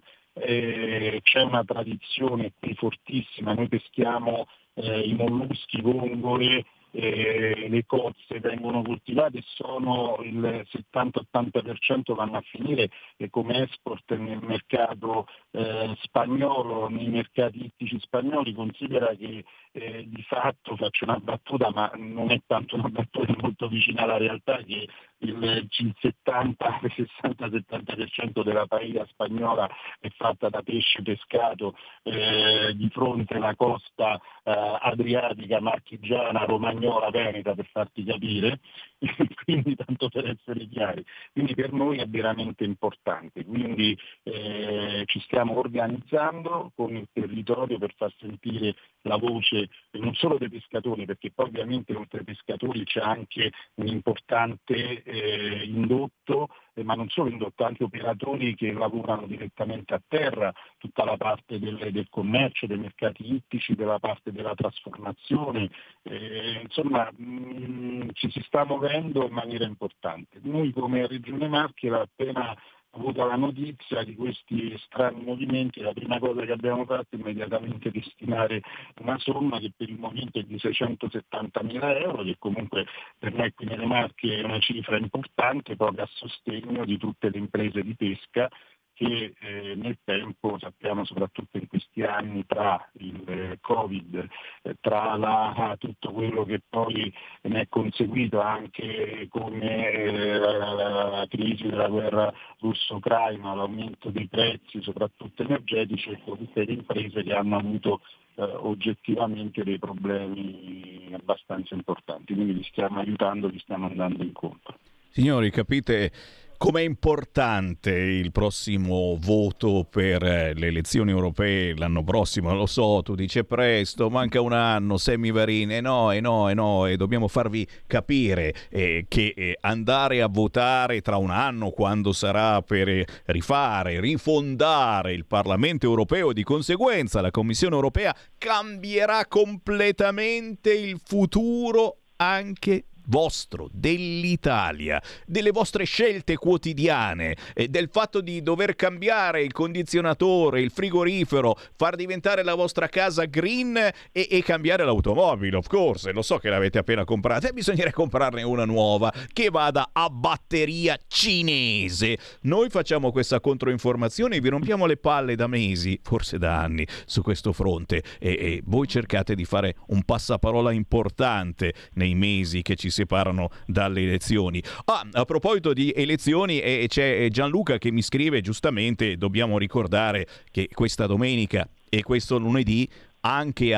Eh, c'è una tradizione qui fortissima, noi peschiamo eh, i molluschi, vongole, eh, le cozze vengono coltivate e sono il settanta ottanta per cento vanno a finire eh, come export nel mercato eh, spagnolo, nei mercati ittici spagnoli. Considera che eh, di fatto, faccio una battuta ma non è tanto una battuta, è molto vicina alla realtà, che il, il settanta sessanta settanta per cento della paella spagnola è fatta da pesce pescato eh, di fronte alla costa eh, adriatica, marchigiana, romagnola, veneta, per farti capire, quindi tanto per essere chiari. Quindi per noi è veramente importante, quindi eh, ci stiamo organizzando con il territorio per far sentire la voce non solo dei pescatori, perché poi ovviamente oltre ai pescatori c'è anche un importante eh, indotto, eh, ma non solo indotto, anche operatori che lavorano direttamente a terra, tutta la parte del, del commercio, dei mercati ittici, della parte della trasformazione, eh, insomma mh, ci si sta muovendo in maniera importante. Noi come Regione Marche, appena avuta la notizia di questi strani movimenti, la prima cosa che abbiamo fatto è immediatamente destinare una somma che per il momento è di seicentosettantamila euro, che comunque per noi qui nelle Marche è una cifra importante, proprio a sostegno di tutte le imprese di pesca che eh, nel tempo, sappiamo soprattutto in questi anni, tra il eh, Covid, eh, tra la, tutto quello che poi ne è conseguito anche come eh, la, la, la crisi della guerra russo-ucraina, l'aumento dei prezzi soprattutto energetici, e tutte le imprese che hanno avuto eh, oggettivamente dei problemi abbastanza importanti. Quindi li stiamo aiutando, li stiamo andando incontro. Signori, capite com'è importante il prossimo voto per le elezioni europee l'anno prossimo? Lo so, tu dici presto, manca un anno, Semivarin, e no, e no, e no, e dobbiamo farvi capire eh, che eh, andare a votare tra un anno, quando sarà per rifare, rifondare il Parlamento europeo e di conseguenza la Commissione europea, cambierà completamente il futuro anche vostro, dell'Italia, delle vostre scelte quotidiane, eh, del fatto di dover cambiare il condizionatore, il frigorifero, far diventare la vostra casa green e, e cambiare l'automobile, of course. Lo so che l'avete appena comprata e bisognerebbe comprarne una nuova che vada a batteria cinese. Noi facciamo questa controinformazione e vi rompiamo le palle da mesi, forse da anni, su questo fronte, e, e voi cercate di fare un passaparola importante nei mesi che ci separano dalle elezioni. Ah, a proposito di elezioni, eh, c'è Gianluca che mi scrive giustamente: dobbiamo ricordare che questa domenica e questo lunedì anche ad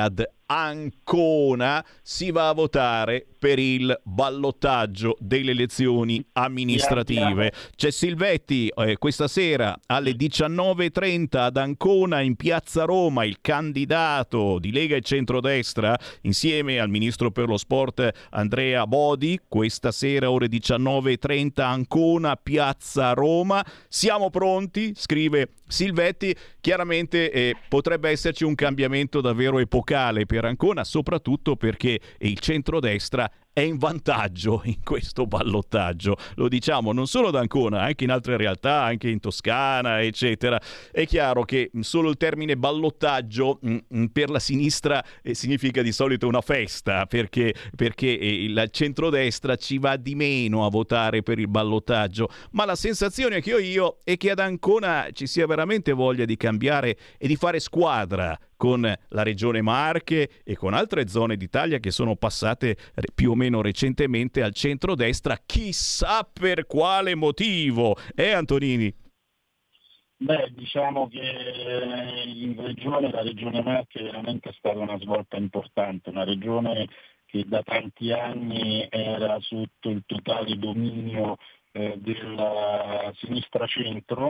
Ancona si va a votare per il ballottaggio delle elezioni amministrative. C'è Silvetti eh, questa sera alle diciannove e trenta ad Ancona in Piazza Roma, il candidato di Lega e Centrodestra insieme al ministro per lo sport Andrea Bodi. Questa sera ore diciannove e trenta Ancona, Piazza Roma. Siamo pronti? Scrive Silvetti. Chiaramente eh, potrebbe esserci un cambiamento davvero epocale per Ancona, soprattutto perché il centrodestra è in vantaggio in questo ballottaggio. Lo diciamo non solo ad Ancona, anche in altre realtà, anche in Toscana, eccetera. È chiaro che solo il termine ballottaggio mh, per la sinistra eh, significa di solito una festa, perché, perché eh, il centrodestra ci va di meno a votare per il ballottaggio, ma la sensazione che ho io è che ad Ancona ci sia veramente voglia di cambiare e di fare squadra con la regione Marche e con altre zone d'Italia che sono passate più o meno recentemente al centrodestra, chissà per quale motivo. Eh Antonini? Beh, diciamo che in regione, la regione Marche veramente è stata una svolta importante, una regione che da tanti anni era sotto il totale dominio eh, della sinistra centro,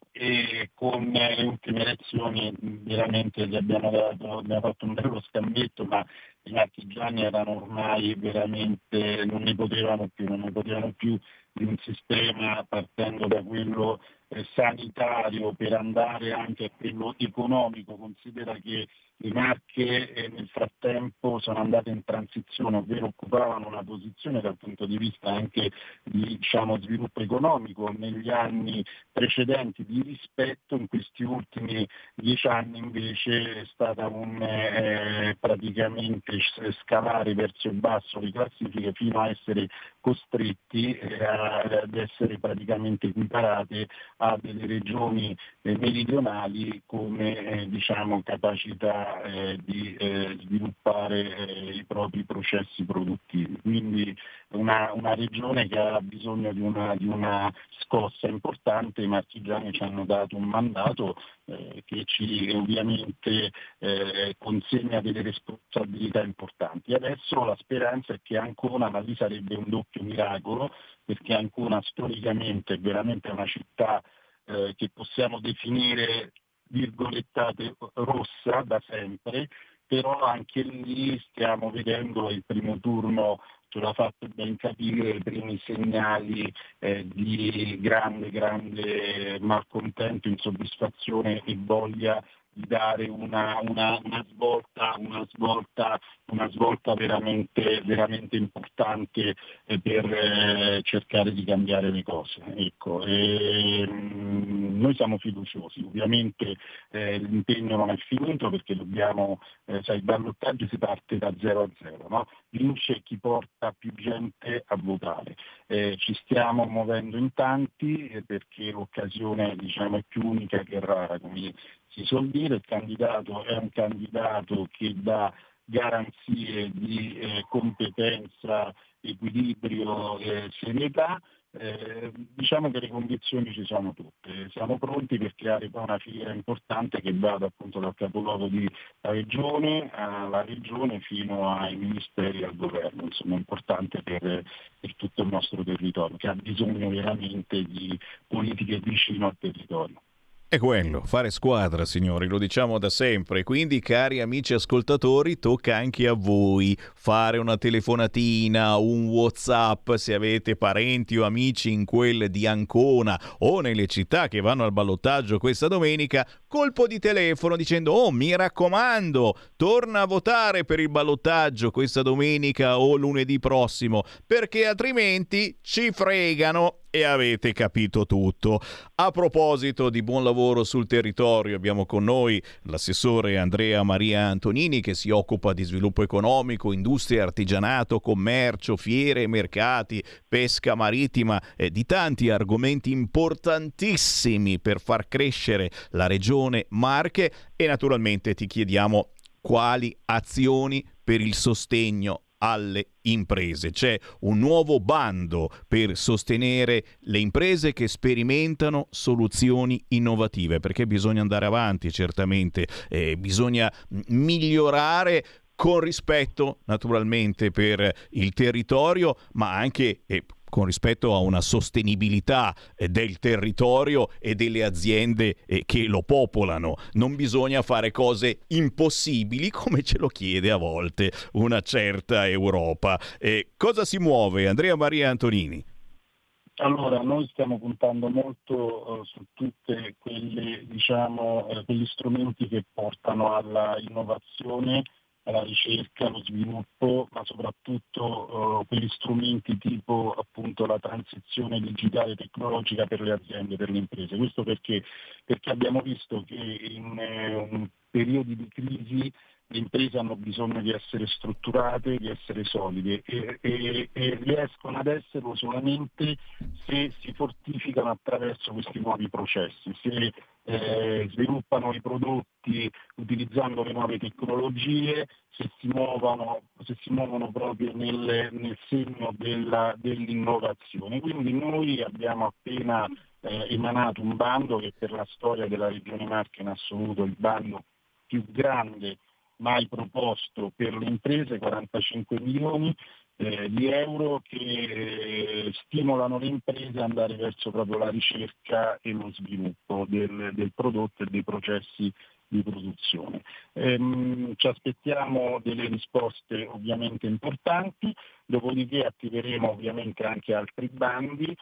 e con le ultime elezioni veramente gli abbiamo dato, abbiamo fatto un bello scambietto, ma i marchigiani erano ormai veramente, non ne potevano più, non ne potevano più di un sistema partendo da quello eh, sanitario per andare anche a quello economico. Considera che le Marche eh, nel frattempo sono andate in transizione, ovvero occupavano una posizione dal punto di vista anche di diciamo, sviluppo economico negli anni precedenti di rispetto. In questi ultimi dieci anni invece è stata un eh, praticamente scalare verso il basso le classifiche fino a essere costretti eh, ad essere praticamente equiparate a delle regioni eh, meridionali come eh, diciamo capacità Eh, di eh, sviluppare eh, i propri processi produttivi. Quindi una, una regione che ha bisogno di una, di una scossa importante. I marchigiani ci hanno dato un mandato eh, che ci ovviamente eh, consegna delle responsabilità importanti. Adesso la speranza è che Ancona, ma lì sarebbe un doppio miracolo, perché Ancona storicamente è veramente una città eh, che possiamo definire virgolettate rossa da sempre, però anche lì stiamo vedendo il primo turno, ce l'ha fatto ben capire, i primi segnali eh, di grande, grande malcontento, insoddisfazione e voglia di dare una, una, una svolta, una svolta, una svolta veramente, veramente importante eh, per eh, cercare di cambiare le cose. Ecco, e, mh, noi siamo fiduciosi, ovviamente eh, l'impegno non è finito perché dobbiamo, eh, sai, il ballottaggio si parte da zero a zero, no? Vince chi porta più gente a votare. Eh, ci stiamo muovendo in tanti eh, perché l'occasione diciamo, è più unica che rara, come si suol dire. Il candidato è un candidato che dà garanzie di eh, competenza, equilibrio e serietà. Eh, diciamo che le condizioni ci sono tutte, siamo pronti per creare poi una filiera importante che vada appunto dal capoluogo di regione alla regione fino ai ministeri e al governo, insomma importante per, per tutto il nostro territorio, che ha bisogno veramente di politiche vicino al territorio. È quello, fare squadra, signori, lo diciamo da sempre. Quindi, cari amici ascoltatori, tocca anche a voi fare una telefonatina, un WhatsApp, se avete parenti o amici in quelle di Ancona o nelle città che vanno al ballottaggio questa domenica, colpo di telefono dicendo: oh, mi raccomando, torna a votare per il ballottaggio questa domenica o lunedì prossimo, perché altrimenti ci fregano. E avete capito tutto. A proposito di buon lavoro sul territorio, abbiamo con noi l'assessore Andrea Maria Antonini, che si occupa di sviluppo economico, industria, artigianato, commercio, fiere, mercati, pesca marittima e di tanti argomenti importantissimi per far crescere la regione Marche. E naturalmente ti chiediamo quali azioni per il sostegno alle imprese. C'è un nuovo bando per sostenere le imprese che sperimentano soluzioni innovative, perché bisogna andare avanti, certamente, eh, bisogna migliorare. con rispetto naturalmente per il territorio, ma anche eh, con rispetto a una sostenibilità eh, del territorio e delle aziende eh, che lo popolano. Non bisogna fare cose impossibili come ce lo chiede a volte una certa Europa. Eh, cosa si muove, Andrea Maria Antonini? Allora, noi stiamo puntando molto uh, su tutte quelle, diciamo, uh, quegli strumenti che portano alla innovazione, alla ricerca, allo sviluppo, ma soprattutto uh, quegli strumenti tipo appunto la transizione digitale tecnologica per le aziende, per le imprese. Questo perché, perché abbiamo visto che in eh, periodi di crisi le imprese hanno bisogno di essere strutturate, di essere solide e, e, e riescono ad esserlo solamente se si fortificano attraverso questi nuovi processi, se eh, sviluppano i prodotti utilizzando le nuove tecnologie, se si muovono, se si muovono proprio nel, nel segno della, dell'innovazione. Quindi noi abbiamo appena eh, emanato un bando che per la storia della Regione Marche in assoluto è il bando più grande mai proposto per le imprese, quarantacinque milioni eh, di euro che eh, stimolano le imprese ad andare verso proprio la ricerca e lo sviluppo del, del prodotto e dei processi di produzione. Ehm, ci aspettiamo delle risposte ovviamente importanti, dopodiché attiveremo ovviamente anche altri bandi,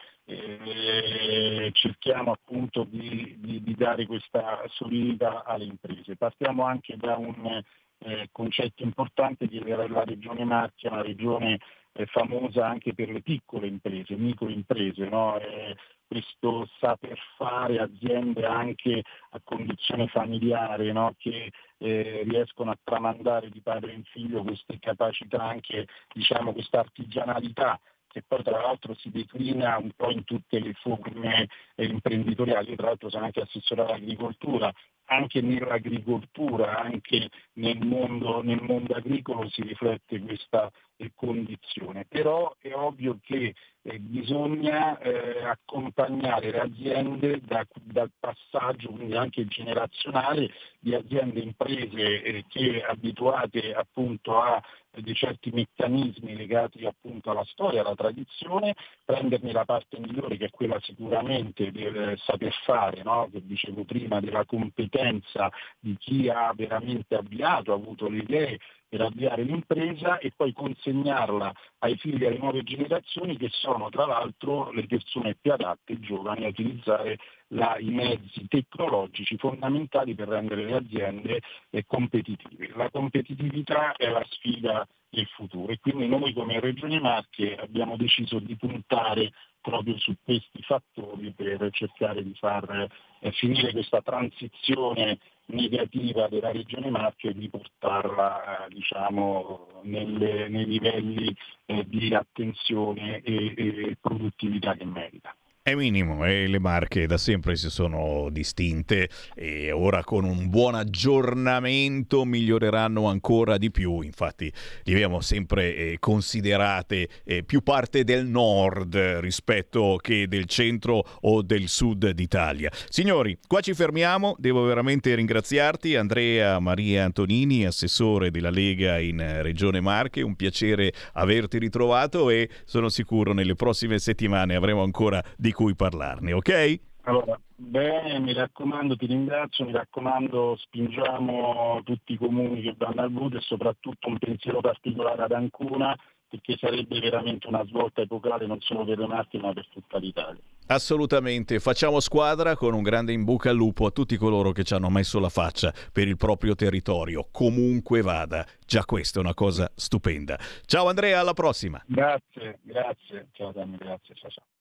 eh, cerchiamo appunto di, di, di dare questa solidità alle imprese. Partiamo anche da un eh, concetto importante che la Regione Marche è una regione eh, famosa anche per le piccole imprese, microimprese, no? Eh, questo saper fare, aziende anche a condizione familiare, no? che eh, riescono a tramandare di padre in figlio queste capacità, anche diciamo questa artigianalità che poi tra l'altro si declina un po' in tutte le forme eh, imprenditoriali. Io tra l'altro sono anche assessore all'agricoltura, anche nell'agricoltura, anche nel mondo, nel mondo agricolo si riflette questa eh, condizione, però è ovvio che eh, bisogna eh, accompagnare le aziende da, dal passaggio quindi anche generazionale di aziende e imprese eh, che abituate appunto a di certi meccanismi legati appunto alla storia, alla tradizione, prenderne la parte migliore che è quella sicuramente del saper fare, no? Che dicevo prima, della competenza di chi ha veramente avviato, ha avuto le idee per avviare l'impresa e poi consegnarla ai figli e alle nuove generazioni che sono tra l'altro le persone più adatte, giovani, a utilizzare la, i mezzi tecnologici fondamentali per rendere le aziende eh, competitive. La competitività è la sfida del futuro e quindi noi come Regione Marche abbiamo deciso di puntare proprio su questi fattori per cercare di far eh, finire questa transizione negativa della Regione Marche e di portarla eh, diciamo nelle, nei livelli eh, di attenzione e, e produttività che merita. È minimo e le Marche da sempre si sono distinte e ora con un buon aggiornamento miglioreranno ancora di più. Infatti li abbiamo sempre eh, considerate eh, più parte del nord rispetto che del centro o del sud d'Italia. Signori, qua ci fermiamo, devo veramente ringraziarti Andrea Maria Antonini, assessore della Lega in Regione Marche, un piacere averti ritrovato e sono sicuro nelle prossime settimane avremo ancora di cui parlarne, ok? Allora, bene, mi raccomando, ti ringrazio, mi raccomando, spingiamo tutti i comuni che vanno al voto e soprattutto un pensiero particolare ad Ancona, perché sarebbe veramente una svolta epocale non solo per le Marche ma per tutta l'Italia. Assolutamente, facciamo squadra con un grande in bocca al lupo a tutti coloro che ci hanno messo la faccia per il proprio territorio, comunque vada, già questa è una cosa stupenda. Ciao Andrea, alla prossima. Grazie, grazie, ciao Danny, grazie, ciao ciao.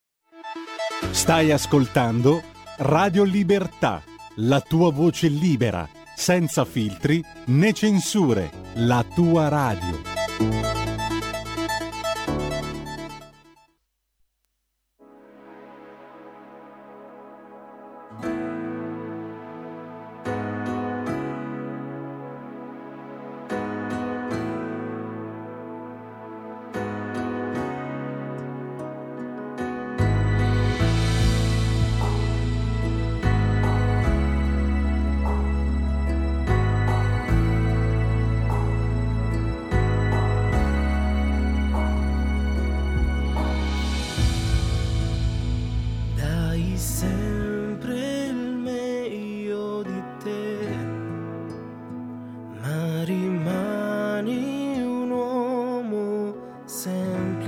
Stai ascoltando Radio Libertà, la tua voce libera, senza filtri né censure, la tua radio.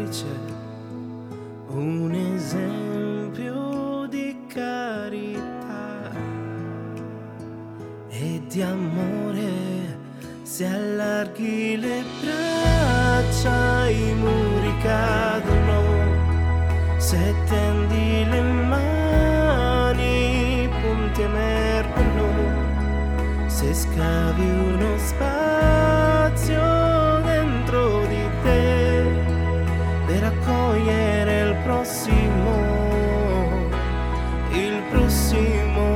semplice, un esempio di carità e di amore. Se allarghi le braccia i muri cadono, se tendi le mani i punti emergono, se scavi uno spazio dentro di te per accogliere il prossimo, il prossimo.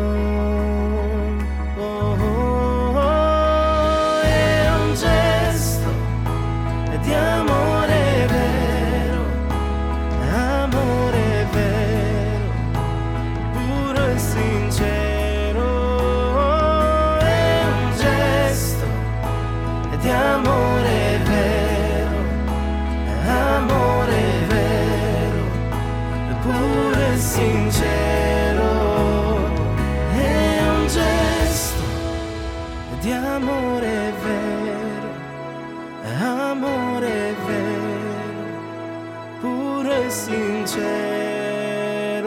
Oh, oh, oh, è un gesto di amore vero, amore vero, puro e sincero. È un gesto di amore vero, amore vero, puro e sincero. È un gesto di amore vero, amore vero, puro e sincero.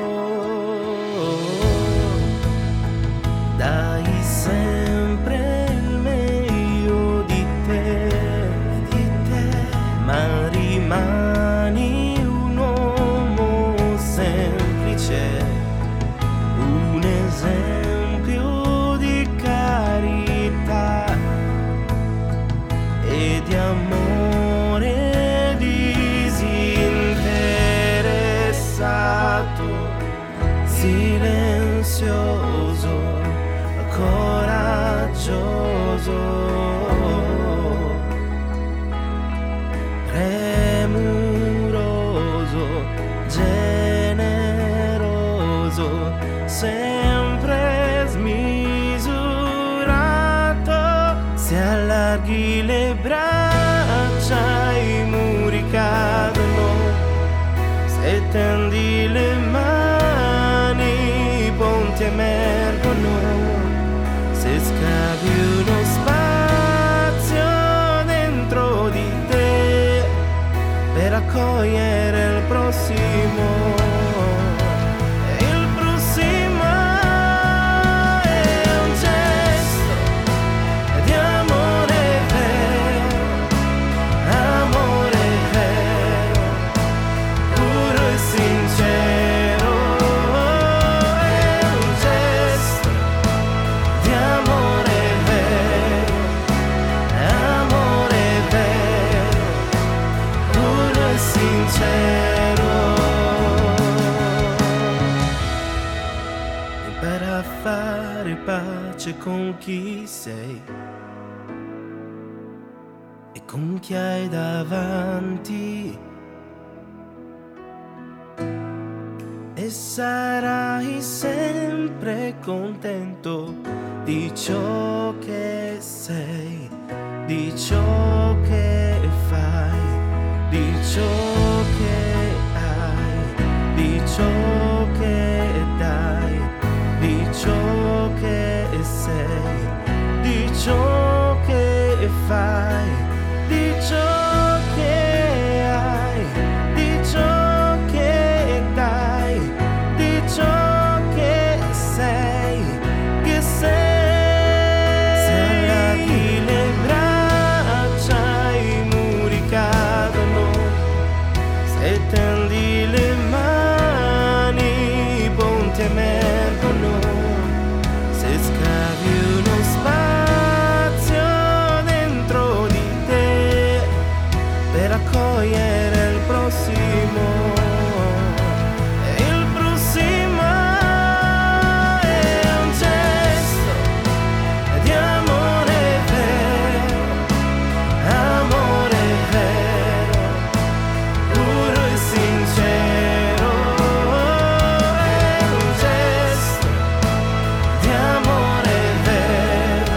Dai sempre il meglio di te, di te, ma rimani un uomo semplice, un esempio di carità e di amore disinteressato, silenzioso, coraggioso, premuroso, generoso, sempre smisurato. Se allarghi le braccia i muri cadono, se tendi le mani i ponti emergono, se scavi uno spazio dentro di te per accogliere il prossimo. Il prossimo è un gesto di amore vero, amore vero, puro e sincero. È un gesto di amore vero, amore vero, puro e sincero. Impara a fare pace con chi sei e con chi hai davanti, e sarai sempre contento di ciò che sei, di ciò che fai, di ciò che hai, di ciò che dai, di ciò che sei, di ciò che fai, di ciò che hai, di ciò che dai, di ciò che sei, che sei. Se allarghi le braccia i muri cadono, se tendi le mani i ponti emergono, se scavi uno spazio dentro di te per accogliere il prossimo. Il prossimo è un gesto di amore vero, amore vero, puro e sincero. È un gesto di amore vero,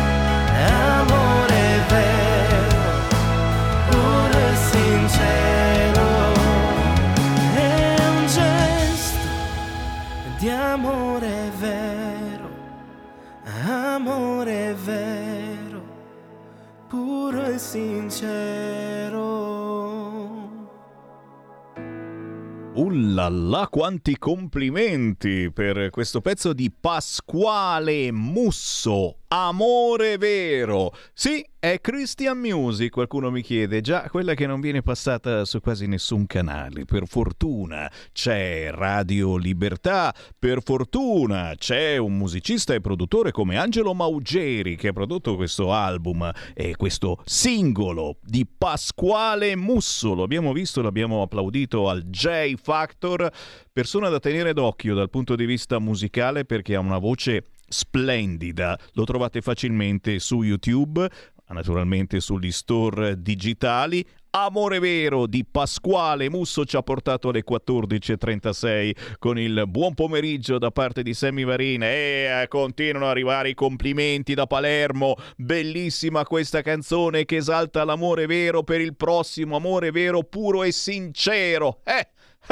amore vero, puro e sincero. È un gesto di amore vero, amore vero, puro e sincero. Ullala, quanti complimenti per questo pezzo di Pasquale Musso, Amore Vero. Sì, è Christian Music, qualcuno mi chiede, già quella che non viene passata su quasi nessun canale. Per fortuna c'è Radio Libertà, per fortuna c'è un musicista e produttore come Angelo Maugeri che ha prodotto questo album e questo singolo di Pasquale Musso. Lo abbiamo visto, l'abbiamo applaudito al J Factor, persona da tenere d'occhio dal punto di vista musicale perché ha una voce splendida. Lo trovate facilmente su YouTube, naturalmente sugli store digitali. Amore Vero di Pasquale Musso ci ha portato alle quattordici e trentasei con il buon pomeriggio da parte di Sammy Varin e eh, continuano ad arrivare i complimenti da Palermo. Bellissima questa canzone che esalta l'amore vero per il prossimo, amore vero puro e sincero. Eh,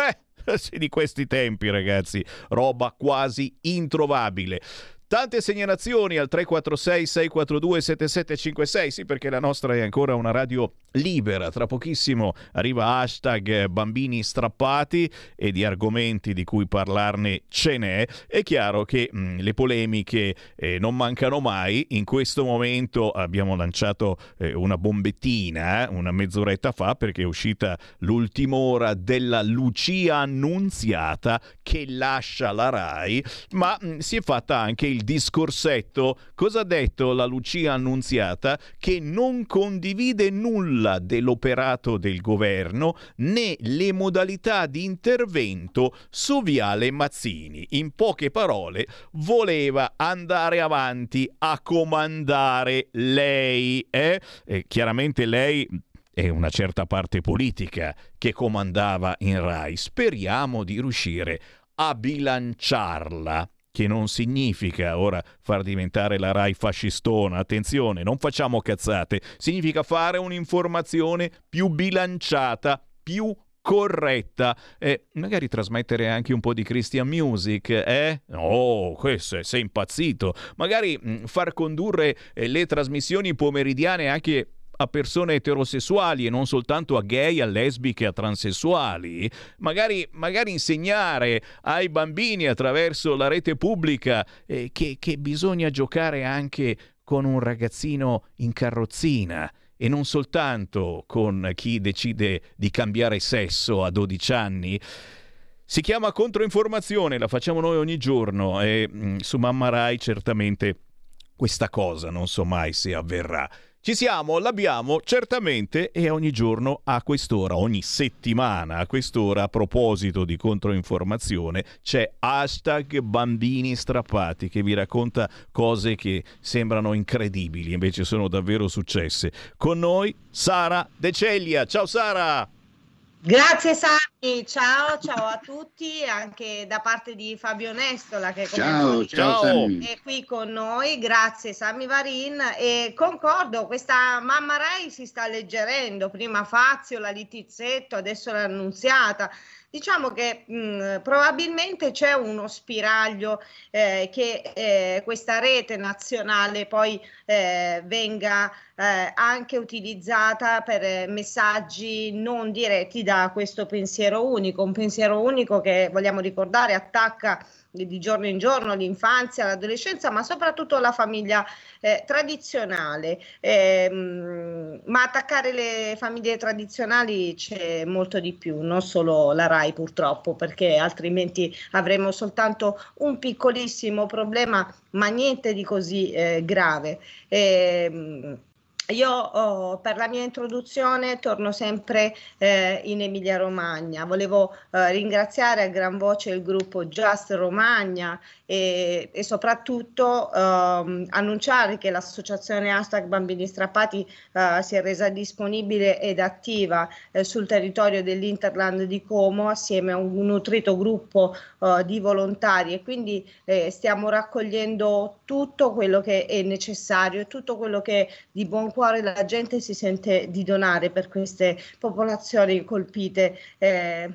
eh, sì, di questi tempi, ragazzi, roba quasi introvabile. Tante segnalazioni al tre quattro sei sei quattro due sette sette cinque sei, sì, perché la nostra è ancora una radio libera. Tra pochissimo arriva hashtag bambini strappati e di argomenti di cui parlarne ce n'è. È chiaro che mh, le polemiche eh, non mancano mai. In questo momento abbiamo lanciato eh, una bombettina eh, una mezz'oretta fa, perché è uscita l'ultima ora della Lucia Annunziata che lascia la Rai, ma mh, si è fatta anche il discorsetto. Cosa ha detto la Lucia Annunziata? Che non condivide nulla dell'operato del governo né le modalità di intervento su Viale Mazzini. In poche parole, voleva andare avanti a comandare lei. Eh? E chiaramente lei è una certa parte politica che comandava in Rai. Speriamo di riuscire a bilanciarla, che non significa ora far diventare la Rai fascistona. Attenzione, non facciamo cazzate. Significa fare un'informazione più bilanciata, più corretta, e magari trasmettere anche un po' di Christian Music, eh? Oh, questo è, sei impazzito. Magari mh, far condurre eh, le trasmissioni pomeridiane anche a persone eterosessuali e non soltanto a gay, a lesbiche, a transessuali. Magari, magari insegnare ai bambini attraverso la rete pubblica eh, che, che bisogna giocare anche con un ragazzino in carrozzina e non soltanto con chi decide di cambiare sesso a dodici anni. Si chiama controinformazione, la facciamo noi ogni giorno e mh, su Mamma Rai certamente questa cosa non so mai se avverrà. Ci siamo, l'abbiamo certamente, e ogni giorno a quest'ora, ogni settimana a quest'ora, a proposito di controinformazione, c'è hashtag bambini strappati che vi racconta cose che sembrano incredibili, invece sono davvero successe. Con noi Sara De Ceglia. Ciao Sara! Grazie Sami, ciao, ciao a tutti, anche da parte di Fabio Nestola che ciao, ciao, è qui con noi, grazie Sammy Varin, e concordo, questa Mamma Rai si sta alleggerendo, prima Fazio, la Littizzetto, adesso l'Annunziata. Diciamo che mh, probabilmente c'è uno spiraglio eh, che eh, questa rete nazionale poi eh, venga eh, anche utilizzata per eh, messaggi non diretti da questo pensiero unico, un pensiero unico che, vogliamo ricordare, attacca di giorno in giorno l'infanzia, l'adolescenza, ma soprattutto la famiglia eh, tradizionale. Eh, mh, ma attaccare le famiglie tradizionali c'è molto di più, non solo la Rai purtroppo, perché altrimenti avremo soltanto un piccolissimo problema, ma niente di così eh, grave. Eh, mh, Io oh, per la mia introduzione torno sempre eh, in Emilia Romagna. Volevo eh, ringraziare a gran voce il gruppo Just Romagna e, e soprattutto eh, annunciare che l'associazione hashtag Bambini Strappati eh, si è resa disponibile ed attiva eh, sul territorio dell'Interland di Como assieme a un nutrito gruppo eh, di volontari, e quindi eh, stiamo raccogliendo tutto quello che è necessario e tutto quello che di buon cuore la gente si sente di donare per queste popolazioni colpite eh,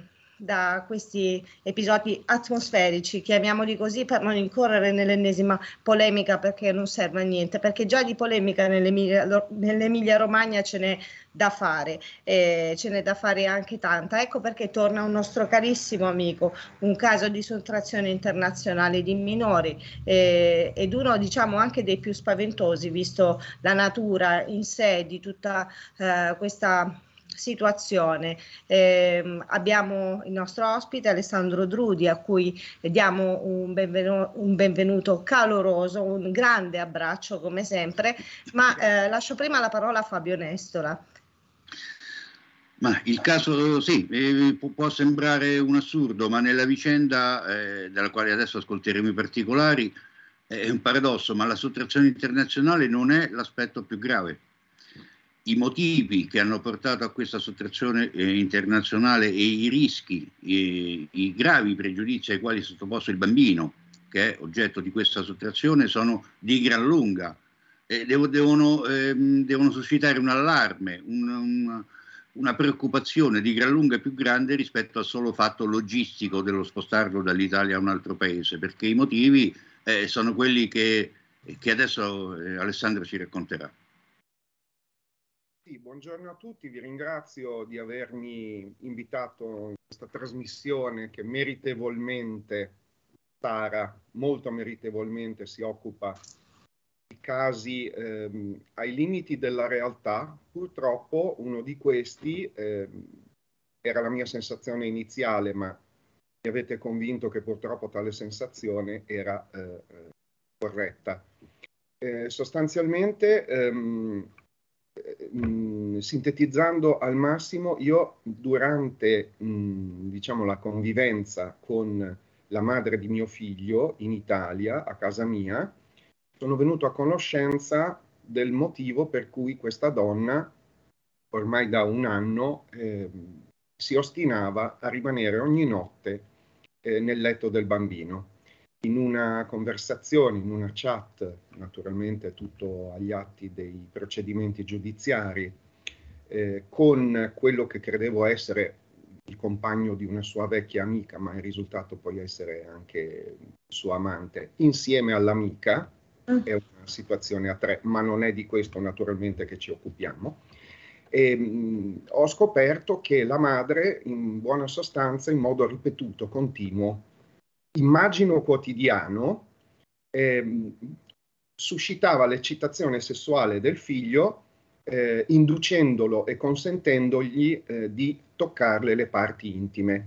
da questi episodi atmosferici, chiamiamoli così, per non incorrere nell'ennesima polemica, perché non serve a niente, perché già di polemica nell'Emilia, nell'Emilia Romagna ce n'è da fare, eh, ce n'è da fare anche tanta. Ecco perché torna un nostro carissimo amico, un caso di sottrazione internazionale di minori, eh, ed uno, diciamo, anche dei più spaventosi, visto la natura in sé di tutta eh, questa situazione. Eh, abbiamo il nostro ospite Alessandro Drudi, a cui diamo un, benvenu- un benvenuto caloroso, un grande abbraccio come sempre, ma eh, lascio prima la parola a Fabio Nestola. Ma il caso, sì, eh, può, può sembrare un assurdo, ma nella vicenda eh, della quale adesso ascolteremo i particolari è un paradosso, ma la sottrazione internazionale non è l'aspetto più grave. I motivi che hanno portato a questa sottrazione eh, internazionale e i rischi, eh, i gravi pregiudizi ai quali è sottoposto il bambino, che è oggetto di questa sottrazione, sono di gran lunga. Eh, devo, devono, eh, devono suscitare un allarme, un, un una preoccupazione di gran lunga più grande rispetto al solo fatto logistico dello spostarlo dall'Italia a un altro paese, perché i motivi eh, sono quelli che, che adesso eh, Alessandro ci racconterà. Sì, buongiorno a tutti, vi ringrazio di avermi invitato in questa trasmissione che meritevolmente, Sara, molto meritevolmente si occupa casi ehm, ai limiti della realtà. Purtroppo uno di questi ehm, era la mia sensazione iniziale, ma mi avete convinto che purtroppo tale sensazione era eh, corretta. Eh, sostanzialmente, ehm, mh, sintetizzando al massimo, io durante mh, diciamo la convivenza con la madre di mio figlio in Italia, a casa mia, sono venuto a conoscenza del motivo per cui questa donna, ormai da un anno, eh, si ostinava a rimanere ogni notte eh, nel letto del bambino. In una conversazione, in una chat, naturalmente tutto agli atti dei procedimenti giudiziari, eh, con quello che credevo essere il compagno di una sua vecchia amica, ma è risultato poi essere anche sua amante, insieme all'amica. È una situazione a tre, ma non è di questo naturalmente che ci occupiamo. E, mh, ho scoperto che la madre, in buona sostanza, in modo ripetuto, continuo, immagino quotidiano, eh, suscitava l'eccitazione sessuale del figlio, eh, inducendolo e consentendogli eh, di toccarle le parti intime.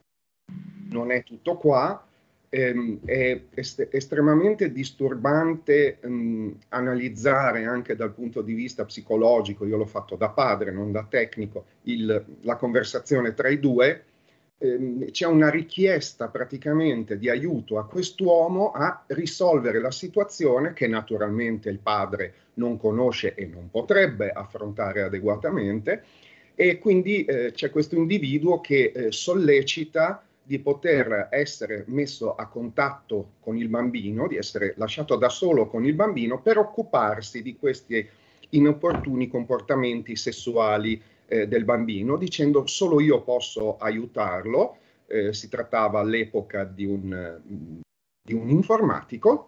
Non è tutto qua. Eh, è est- estremamente disturbante ehm, analizzare anche dal punto di vista psicologico, io l'ho fatto da padre, non da tecnico, il, la conversazione tra i due. Ehm, c'è una richiesta praticamente di aiuto a quest'uomo a risolvere la situazione che naturalmente il padre non conosce e non potrebbe affrontare adeguatamente, e quindi eh, c'è questo individuo che eh, sollecita di poter essere messo a contatto con il bambino, di essere lasciato da solo con il bambino per occuparsi di questi inopportuni comportamenti sessuali eh, del bambino, dicendo solo io posso aiutarlo. Eh, si trattava all'epoca di un, di un informatico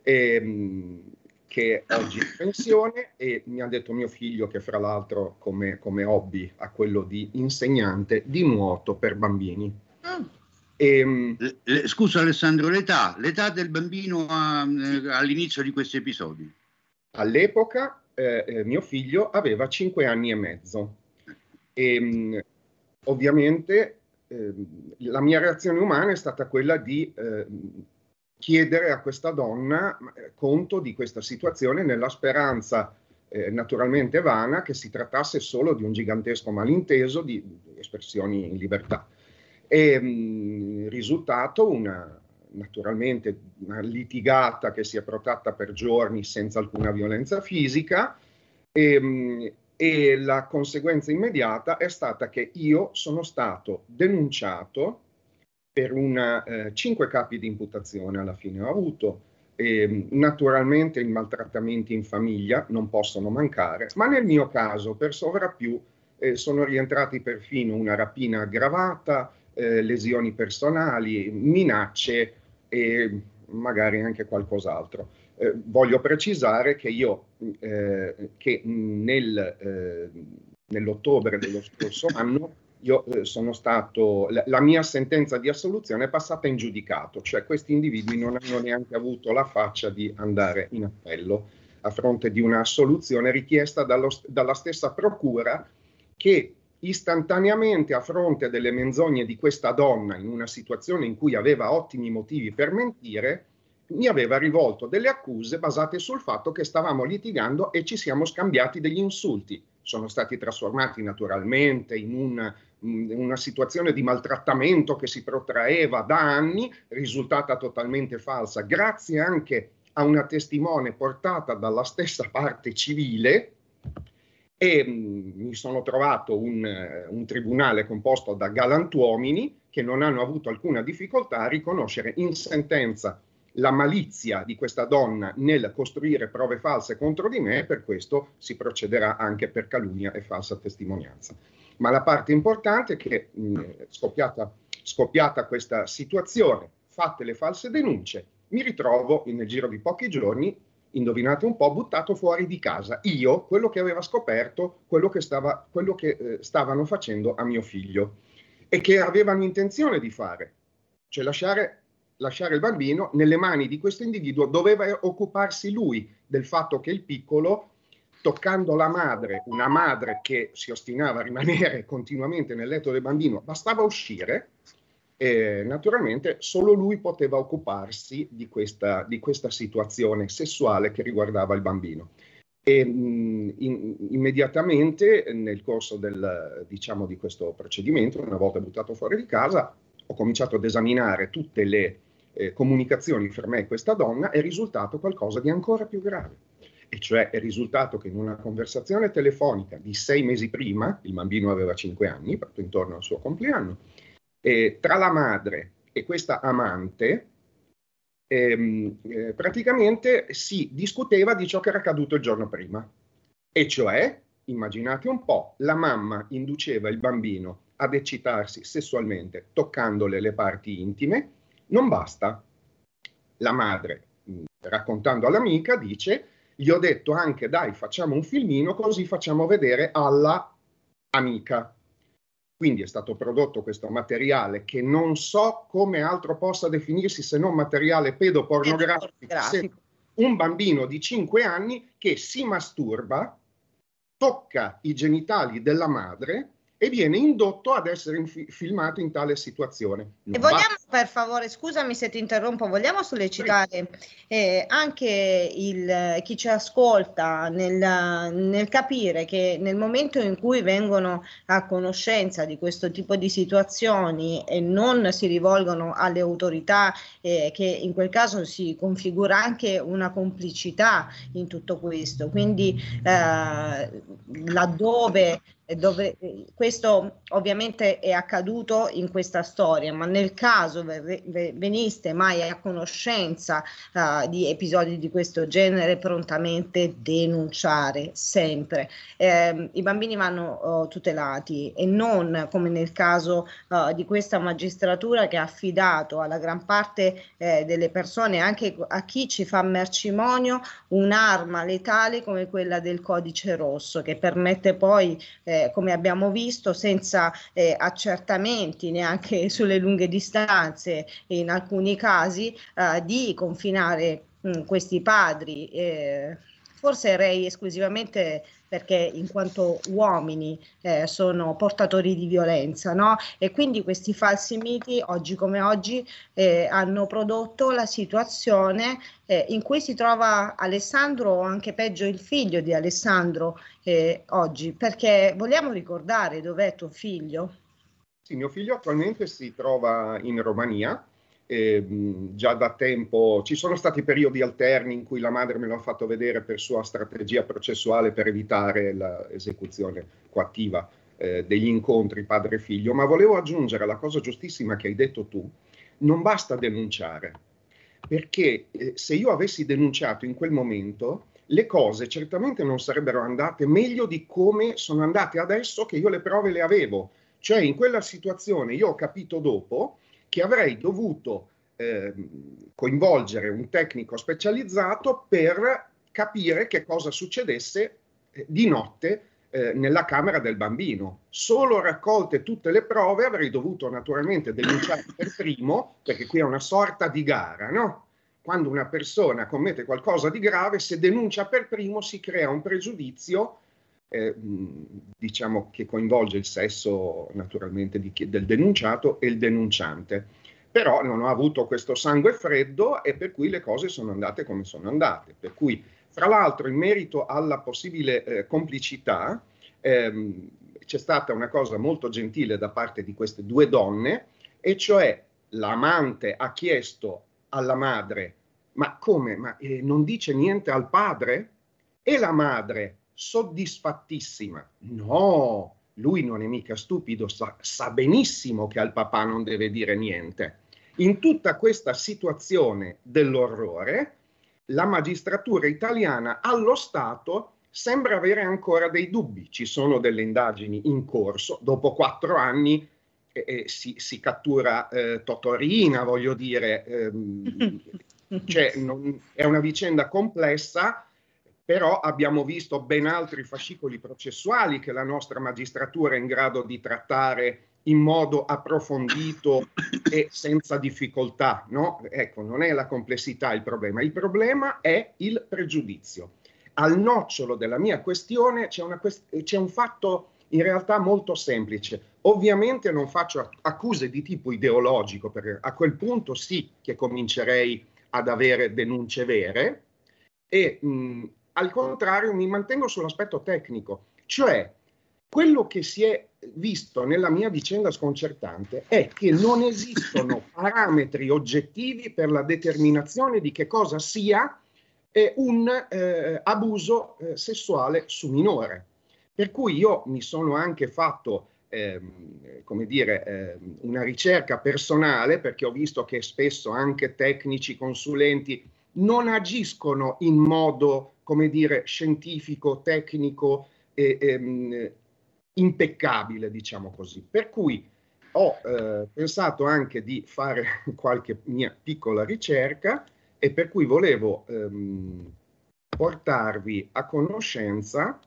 ehm, che oggi è in pensione, e mi ha detto mio figlio che fra l'altro come, come hobby ha quello di insegnante di nuoto per bambini. Mm. E, le, scusa Alessandro, l'età, l'età del bambino a, eh, all'inizio di questi episodi? All'epoca eh, eh, mio figlio aveva cinque anni e mezzo e mh, ovviamente eh, la mia reazione umana è stata quella di eh, chiedere a questa donna eh, conto di questa situazione, nella speranza eh, naturalmente vana che si trattasse solo di un gigantesco malinteso, di, di espressioni in libertà. E mh, risultato una, naturalmente una litigata che si è protratta per giorni senza alcuna violenza fisica, e, mh, e la conseguenza immediata è stata che io sono stato denunciato per una eh, cinque capi di imputazione alla fine ho avuto. E, naturalmente i maltrattamenti in famiglia non possono mancare, ma nel mio caso per sovrappiù eh, sono rientrati perfino una rapina aggravata, eh, lesioni personali, minacce e magari anche qualcos'altro. Eh, voglio precisare che io eh, che nel, eh, nell'ottobre dello scorso anno io eh, sono stato, la, la mia sentenza di assoluzione è passata in giudicato, cioè questi individui non hanno neanche avuto la faccia di andare in appello a fronte di una assoluzione richiesta dallo, dalla stessa procura, che istantaneamente, a fronte delle menzogne di questa donna in una situazione in cui aveva ottimi motivi per mentire, mi aveva rivolto delle accuse basate sul fatto che stavamo litigando e ci siamo scambiati degli insulti. Sono stati trasformati naturalmente in una, in una situazione di maltrattamento che si protraeva da anni, risultata totalmente falsa, grazie anche a una testimone portata dalla stessa parte civile. E mh, mi sono trovato un, un tribunale composto da galantuomini che non hanno avuto alcuna difficoltà a riconoscere in sentenza la malizia di questa donna nel costruire prove false contro di me, e per questo si procederà anche per calunnia e falsa testimonianza. Ma la parte importante è che mh, scoppiata, scoppiata questa situazione, fatte le false denunce, mi ritrovo nel giro di pochi giorni, indovinate un po', buttato fuori di casa. Io, quello che aveva scoperto, quello che, stava, quello che eh, stavano facendo a mio figlio e che avevano intenzione di fare, cioè lasciare, lasciare il bambino nelle mani di questo individuo. Doveva occuparsi lui del fatto che il piccolo, toccando la madre, una madre che si ostinava a rimanere continuamente nel letto del bambino, bastava uscire. E naturalmente solo lui poteva occuparsi di questa, di questa situazione sessuale che riguardava il bambino. E mh, in, immediatamente nel corso del, diciamo, di questo procedimento, una volta buttato fuori di casa, ho cominciato ad esaminare tutte le eh, comunicazioni fra me e questa donna. È risultato qualcosa di ancora più grave, e cioè è risultato che in una conversazione telefonica di sei mesi prima, il bambino aveva cinque anni, proprio intorno al suo compleanno, Eh, tra la madre e questa amante ehm, eh, praticamente si discuteva di ciò che era accaduto il giorno prima, e cioè, immaginate un po', la mamma induceva il bambino ad eccitarsi sessualmente toccandole le parti intime. Non basta, la madre, mh, raccontando all'amica, dice: gli ho detto anche, dai, facciamo un filmino così facciamo vedere alla amica. Quindi è stato prodotto questo materiale che non so come altro possa definirsi se non materiale pedopornografico. pedopornografico. Un bambino di cinque anni che si masturba, tocca i genitali della madre e viene indotto ad essere infi- filmato in tale situazione. Non e vogliamo, basta. per favore, scusami se ti interrompo, vogliamo sollecitare eh, anche il, chi ci ascolta nel, nel capire che nel momento in cui vengono a conoscenza di questo tipo di situazioni e non si rivolgono alle autorità, eh, che in quel caso si configura anche una complicità in tutto questo, quindi eh, laddove dove questo ovviamente è accaduto in questa storia, ma nel caso veniste mai a conoscenza uh, di episodi di questo genere, prontamente denunciare sempre. Eh, i bambini vanno uh, tutelati, e non come nel caso uh, di questa magistratura che ha affidato alla gran parte eh, delle persone, anche a chi ci fa mercimonio, un'arma letale come quella del codice rosso, che permette poi eh, come abbiamo visto, senza eh, accertamenti neanche sulle lunghe distanze, in alcuni casi, eh, di confinare mh, questi padri, eh, forse rei esclusivamente perché in quanto uomini eh, sono portatori di violenza, no? E quindi questi falsi miti, oggi come oggi, eh, hanno prodotto la situazione eh, in cui si trova Alessandro, o anche peggio il figlio di Alessandro eh, oggi, perché vogliamo ricordare dov'è tuo figlio? Sì, mio figlio attualmente si trova in Romania. Eh, già da tempo ci sono stati periodi alterni in cui la madre me l'ha fatto vedere per sua strategia processuale, per evitare l'esecuzione coattiva eh, degli incontri padre e figlio, ma volevo aggiungere la cosa giustissima che hai detto tu: non basta denunciare, perché eh, se io avessi denunciato in quel momento le cose certamente non sarebbero andate meglio di come sono andate adesso che io le prove le avevo. Cioè in quella situazione io ho capito dopo che avrei dovuto eh, coinvolgere un tecnico specializzato per capire che cosa succedesse eh, di notte eh, nella camera del bambino. Solo raccolte tutte le prove avrei dovuto naturalmente denunciare per primo, perché qui è una sorta di gara, no? Quando una persona commette qualcosa di grave, se denuncia per primo si crea un pregiudizio Eh, diciamo che coinvolge il sesso naturalmente di chi, del denunciato e il denunciante, però non ho avuto questo sangue freddo e per cui le cose sono andate come sono andate, per cui fra l'altro in merito alla possibile eh, complicità ehm, c'è stata una cosa molto gentile da parte di queste due donne, e cioè l'amante ha chiesto alla madre: ma come, ma eh, non dice niente al padre? E la madre, soddisfattissima: no, lui non è mica stupido, sa, sa benissimo che al papà non deve dire niente. In tutta questa situazione dell'orrore, la magistratura italiana allo Stato sembra avere ancora dei dubbi. Ci sono delle indagini in corso, dopo quattro anni eh, eh, si, si cattura eh, Totorina, voglio dire, ehm, cioè, non, è una vicenda complessa. Però abbiamo visto ben altri fascicoli processuali che la nostra magistratura è in grado di trattare in modo approfondito e senza difficoltà, no? Ecco, non è la complessità il problema, il problema è il pregiudizio. Al nocciolo della mia questione c'è, una quest- c'è un fatto in realtà molto semplice. Ovviamente non faccio accuse di tipo ideologico, perché a quel punto sì che comincerei ad avere denunce vere, e mh, al contrario mi mantengo sull'aspetto tecnico, cioè quello che si è visto nella mia vicenda sconcertante è che non esistono parametri oggettivi per la determinazione di che cosa sia eh, un eh, abuso eh, sessuale su minore. Per cui io mi sono anche fatto ehm, come dire, ehm, una ricerca personale, perché ho visto che spesso anche tecnici, consulenti non agiscono in modo, come dire, scientifico, tecnico e ehm, impeccabile, diciamo così. Per cui ho eh, pensato anche di fare qualche mia piccola ricerca, e per cui volevo ehm, portarvi a conoscenza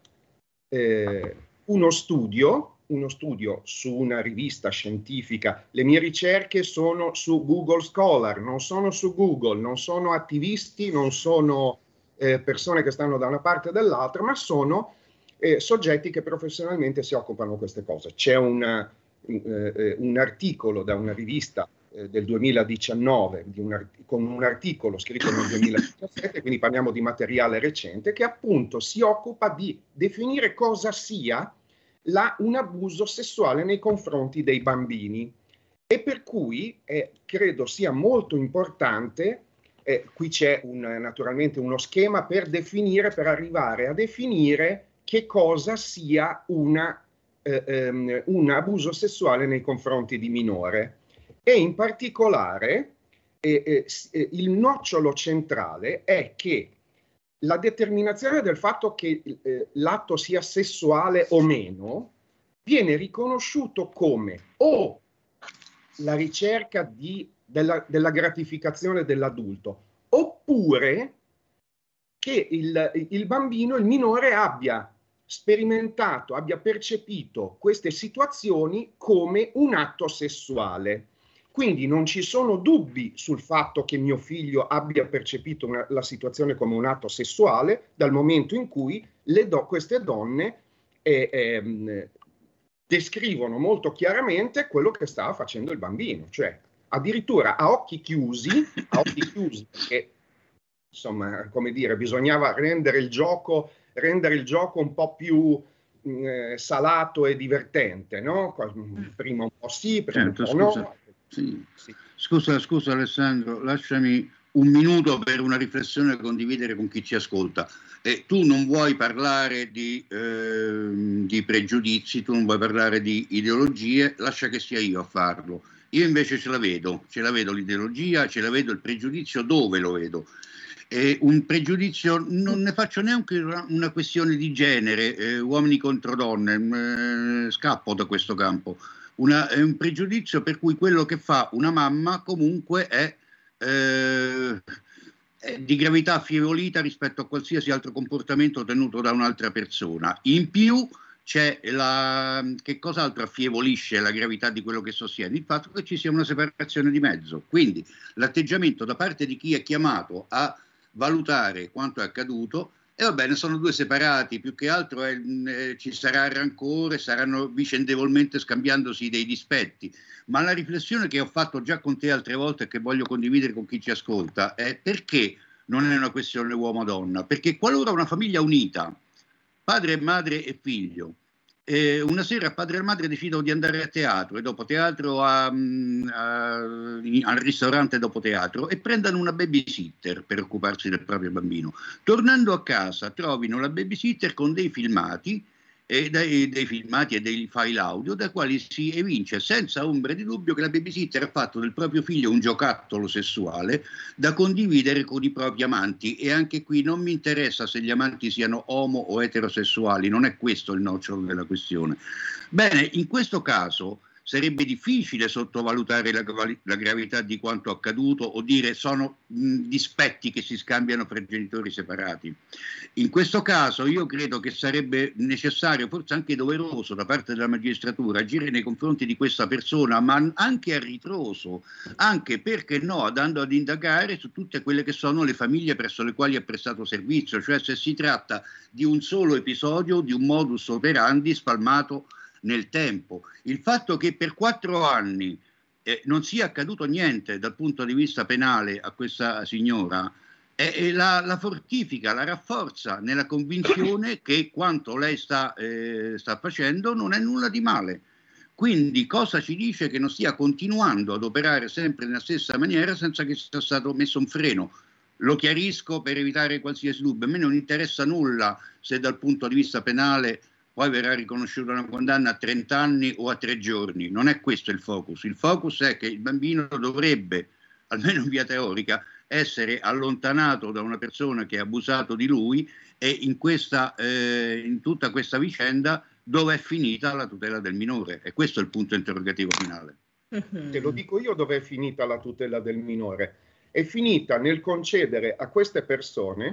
eh, uno studio, uno studio su una rivista scientifica. Le mie ricerche sono su Google Scholar, non sono su Google, non sono attivisti, non sono eh, persone che stanno da una parte o dall'altra, ma sono eh, soggetti che professionalmente si occupano di queste cose. C'è una, eh, un articolo da una rivista eh, del duemiladiciannove, di un art- con un articolo scritto nel duemiladiciassette, quindi parliamo di materiale recente, che appunto si occupa di definire cosa sia La, un abuso sessuale nei confronti dei bambini, e per cui eh, credo sia molto importante, eh, qui c'è un, naturalmente uno schema per definire, per arrivare a definire che cosa sia una, eh, um, un abuso sessuale nei confronti di minore, e in particolare eh, eh, il nocciolo centrale è che la determinazione del fatto che eh, l'atto sia sessuale o meno viene riconosciuto come o la ricerca di, della, della gratificazione dell'adulto, oppure che il, il bambino, il minore, abbia sperimentato, abbia percepito queste situazioni come un atto sessuale. Quindi non ci sono dubbi sul fatto che mio figlio abbia percepito una, la situazione come un atto sessuale dal momento in cui le do, queste donne eh, eh, descrivono molto chiaramente quello che stava facendo il bambino, cioè addirittura a occhi chiusi, a occhi chiusi, perché insomma, come dire, bisognava rendere il gioco, rendere il gioco un po' più eh, salato e divertente, no? Prima un po' sì, prima certo, un po' scusa. no. Sì. Sì. Scusa, scusa Alessandro, lasciami un minuto per una riflessione da condividere con chi ci ascolta. Eh, tu non vuoi parlare di, eh, di pregiudizi, tu non vuoi parlare di ideologie, lascia che sia io a farlo. Io invece ce la vedo, ce la vedo l'ideologia, ce la vedo il pregiudizio, dove lo vedo? Eh, un pregiudizio, non ne faccio neanche una, una questione di genere, eh, uomini contro donne, eh, scappo da questo campo. Una, è un pregiudizio per cui quello che fa una mamma comunque è, eh, è di gravità affievolita rispetto a qualsiasi altro comportamento tenuto da un'altra persona. In più c'è la, che cos'altro affievolisce la gravità di quello che sostiene? Il fatto che ci sia una separazione di mezzo. Quindi l'atteggiamento da parte di chi è chiamato a valutare quanto è accaduto, e va bene, sono due separati, più che altro è, eh, ci sarà rancore, saranno vicendevolmente scambiandosi dei dispetti, ma la riflessione che ho fatto già con te altre volte e che voglio condividere con chi ci ascolta è: perché non è una questione uomo-donna? Perché qualora una famiglia unita, padre, madre e figlio, eh, una sera padre e madre decidono di andare a teatro e dopo teatro a, a, al ristorante dopo teatro e prendano una babysitter per occuparsi del proprio bambino. Tornando a casa trovino la babysitter con dei filmati, e dei, dei filmati e dei file audio da quali si evince senza ombra di dubbio che la babysitter ha fatto del proprio figlio un giocattolo sessuale da condividere con i propri amanti. E anche qui non mi interessa se gli amanti siano omo o eterosessuali, non è questo il nocciolo della questione. Bene, in questo caso sarebbe difficile sottovalutare la, la gravità di quanto accaduto o dire sono mh, dispetti che si scambiano fra genitori separati. In questo caso io credo che sarebbe necessario, forse anche doveroso da parte della magistratura, agire nei confronti di questa persona, ma anche a ritroso, anche, perché no, andando ad indagare su tutte quelle che sono le famiglie presso le quali ha prestato servizio, cioè se si tratta di un solo episodio, di un modus operandi spalmato nel tempo. Il fatto che per quattro anni eh, non sia accaduto niente dal punto di vista penale a questa signora eh, eh, la, la fortifica, la rafforza nella convinzione che quanto lei sta, eh, sta facendo non è nulla di male. Quindi cosa ci dice che non stia continuando ad operare sempre nella stessa maniera senza che sia stato messo un freno? Lo chiarisco per evitare qualsiasi dubbio. A me non interessa nulla se dal punto di vista penale poi verrà riconosciuta una condanna a trenta anni o a tre giorni. Non è questo il focus. Il focus è che il bambino dovrebbe, almeno in via teorica, essere allontanato da una persona che ha abusato di lui, e in, questa, eh, in tutta questa vicenda dove è finita la tutela del minore. E questo è il punto interrogativo finale. Te lo dico io dove è finita la tutela del minore. È finita nel concedere a queste persone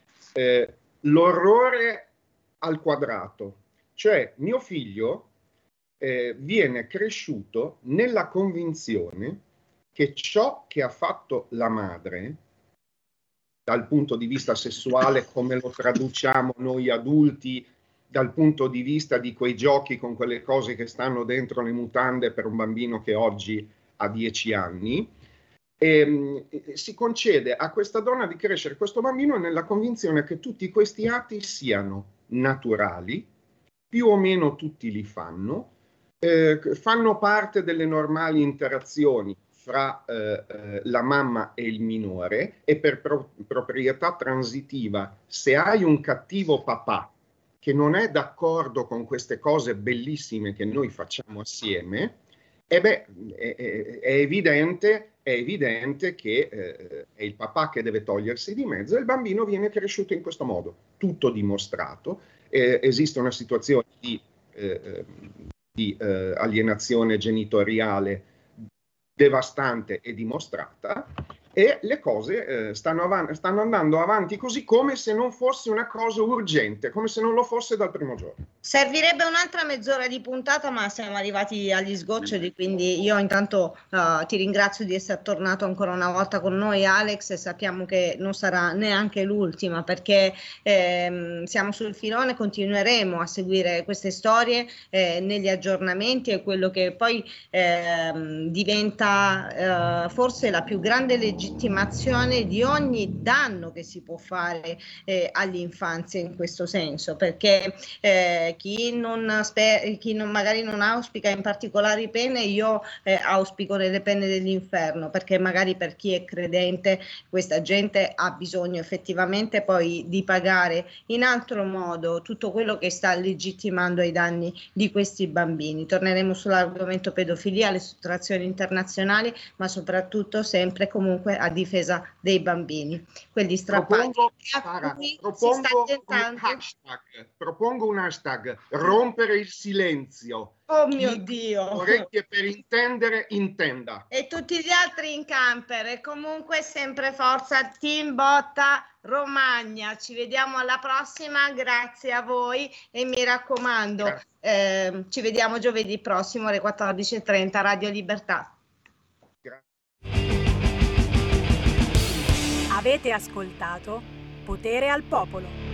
eh, l'orrore al quadrato. Cioè mio figlio eh, viene cresciuto nella convinzione che ciò che ha fatto la madre, dal punto di vista sessuale, come lo traduciamo noi adulti, dal punto di vista di quei giochi con quelle cose che stanno dentro le mutande per un bambino che oggi ha dieci anni, e, e, si concede a questa donna di crescere questo bambino nella convinzione che tutti questi atti siano naturali, più o meno tutti li fanno, eh, fanno parte delle normali interazioni fra eh, eh, la mamma e il minore, e per pro- proprietà transitiva, se hai un cattivo papà che non è d'accordo con queste cose bellissime che noi facciamo assieme, e beh, è, è, è evidente, è evidente che eh, è il papà che deve togliersi di mezzo, e il bambino viene cresciuto in questo modo, tutto dimostrato. Eh, esiste una situazione di, eh, di eh, alienazione genitoriale devastante e dimostrata, e le cose eh, stanno, avan- stanno andando avanti così, come se non fosse una cosa urgente, come se non lo fosse dal primo giorno. Servirebbe un'altra mezz'ora di puntata, ma siamo arrivati agli sgoccioli, quindi io intanto uh, ti ringrazio di essere tornato ancora una volta con noi, Alex, e sappiamo che non sarà neanche l'ultima, perché ehm, siamo sul filone, continueremo a seguire queste storie eh, negli aggiornamenti, e quello che poi ehm, diventa eh, forse la più grande legittimazione di ogni danno che si può fare eh, all'infanzia in questo senso, perché eh, Eh, chi, non spe- chi non, magari non auspica in particolari pene, io eh, auspico nelle pene dell'inferno, perché magari per chi è credente questa gente ha bisogno effettivamente poi di pagare in altro modo tutto quello che sta legittimando ai danni di questi bambini. Torneremo sull'argomento pedofilia, le sottrazioni internazionali, ma soprattutto sempre comunque a difesa dei bambini, quelli strappati. Propongo, Sara, propongo, un hashtag, propongo un hashtag, rompere il silenzio. Oh mio Chi Dio! Orecchie per intendere, intenda. E tutti gli altri in camper. E comunque sempre forza Team Botta Romagna. Ci vediamo alla prossima, grazie a voi e mi raccomando, eh, ci vediamo giovedì prossimo alle quattordici e trenta, Radio Libertà. Avete ascoltato Potere al Popolo.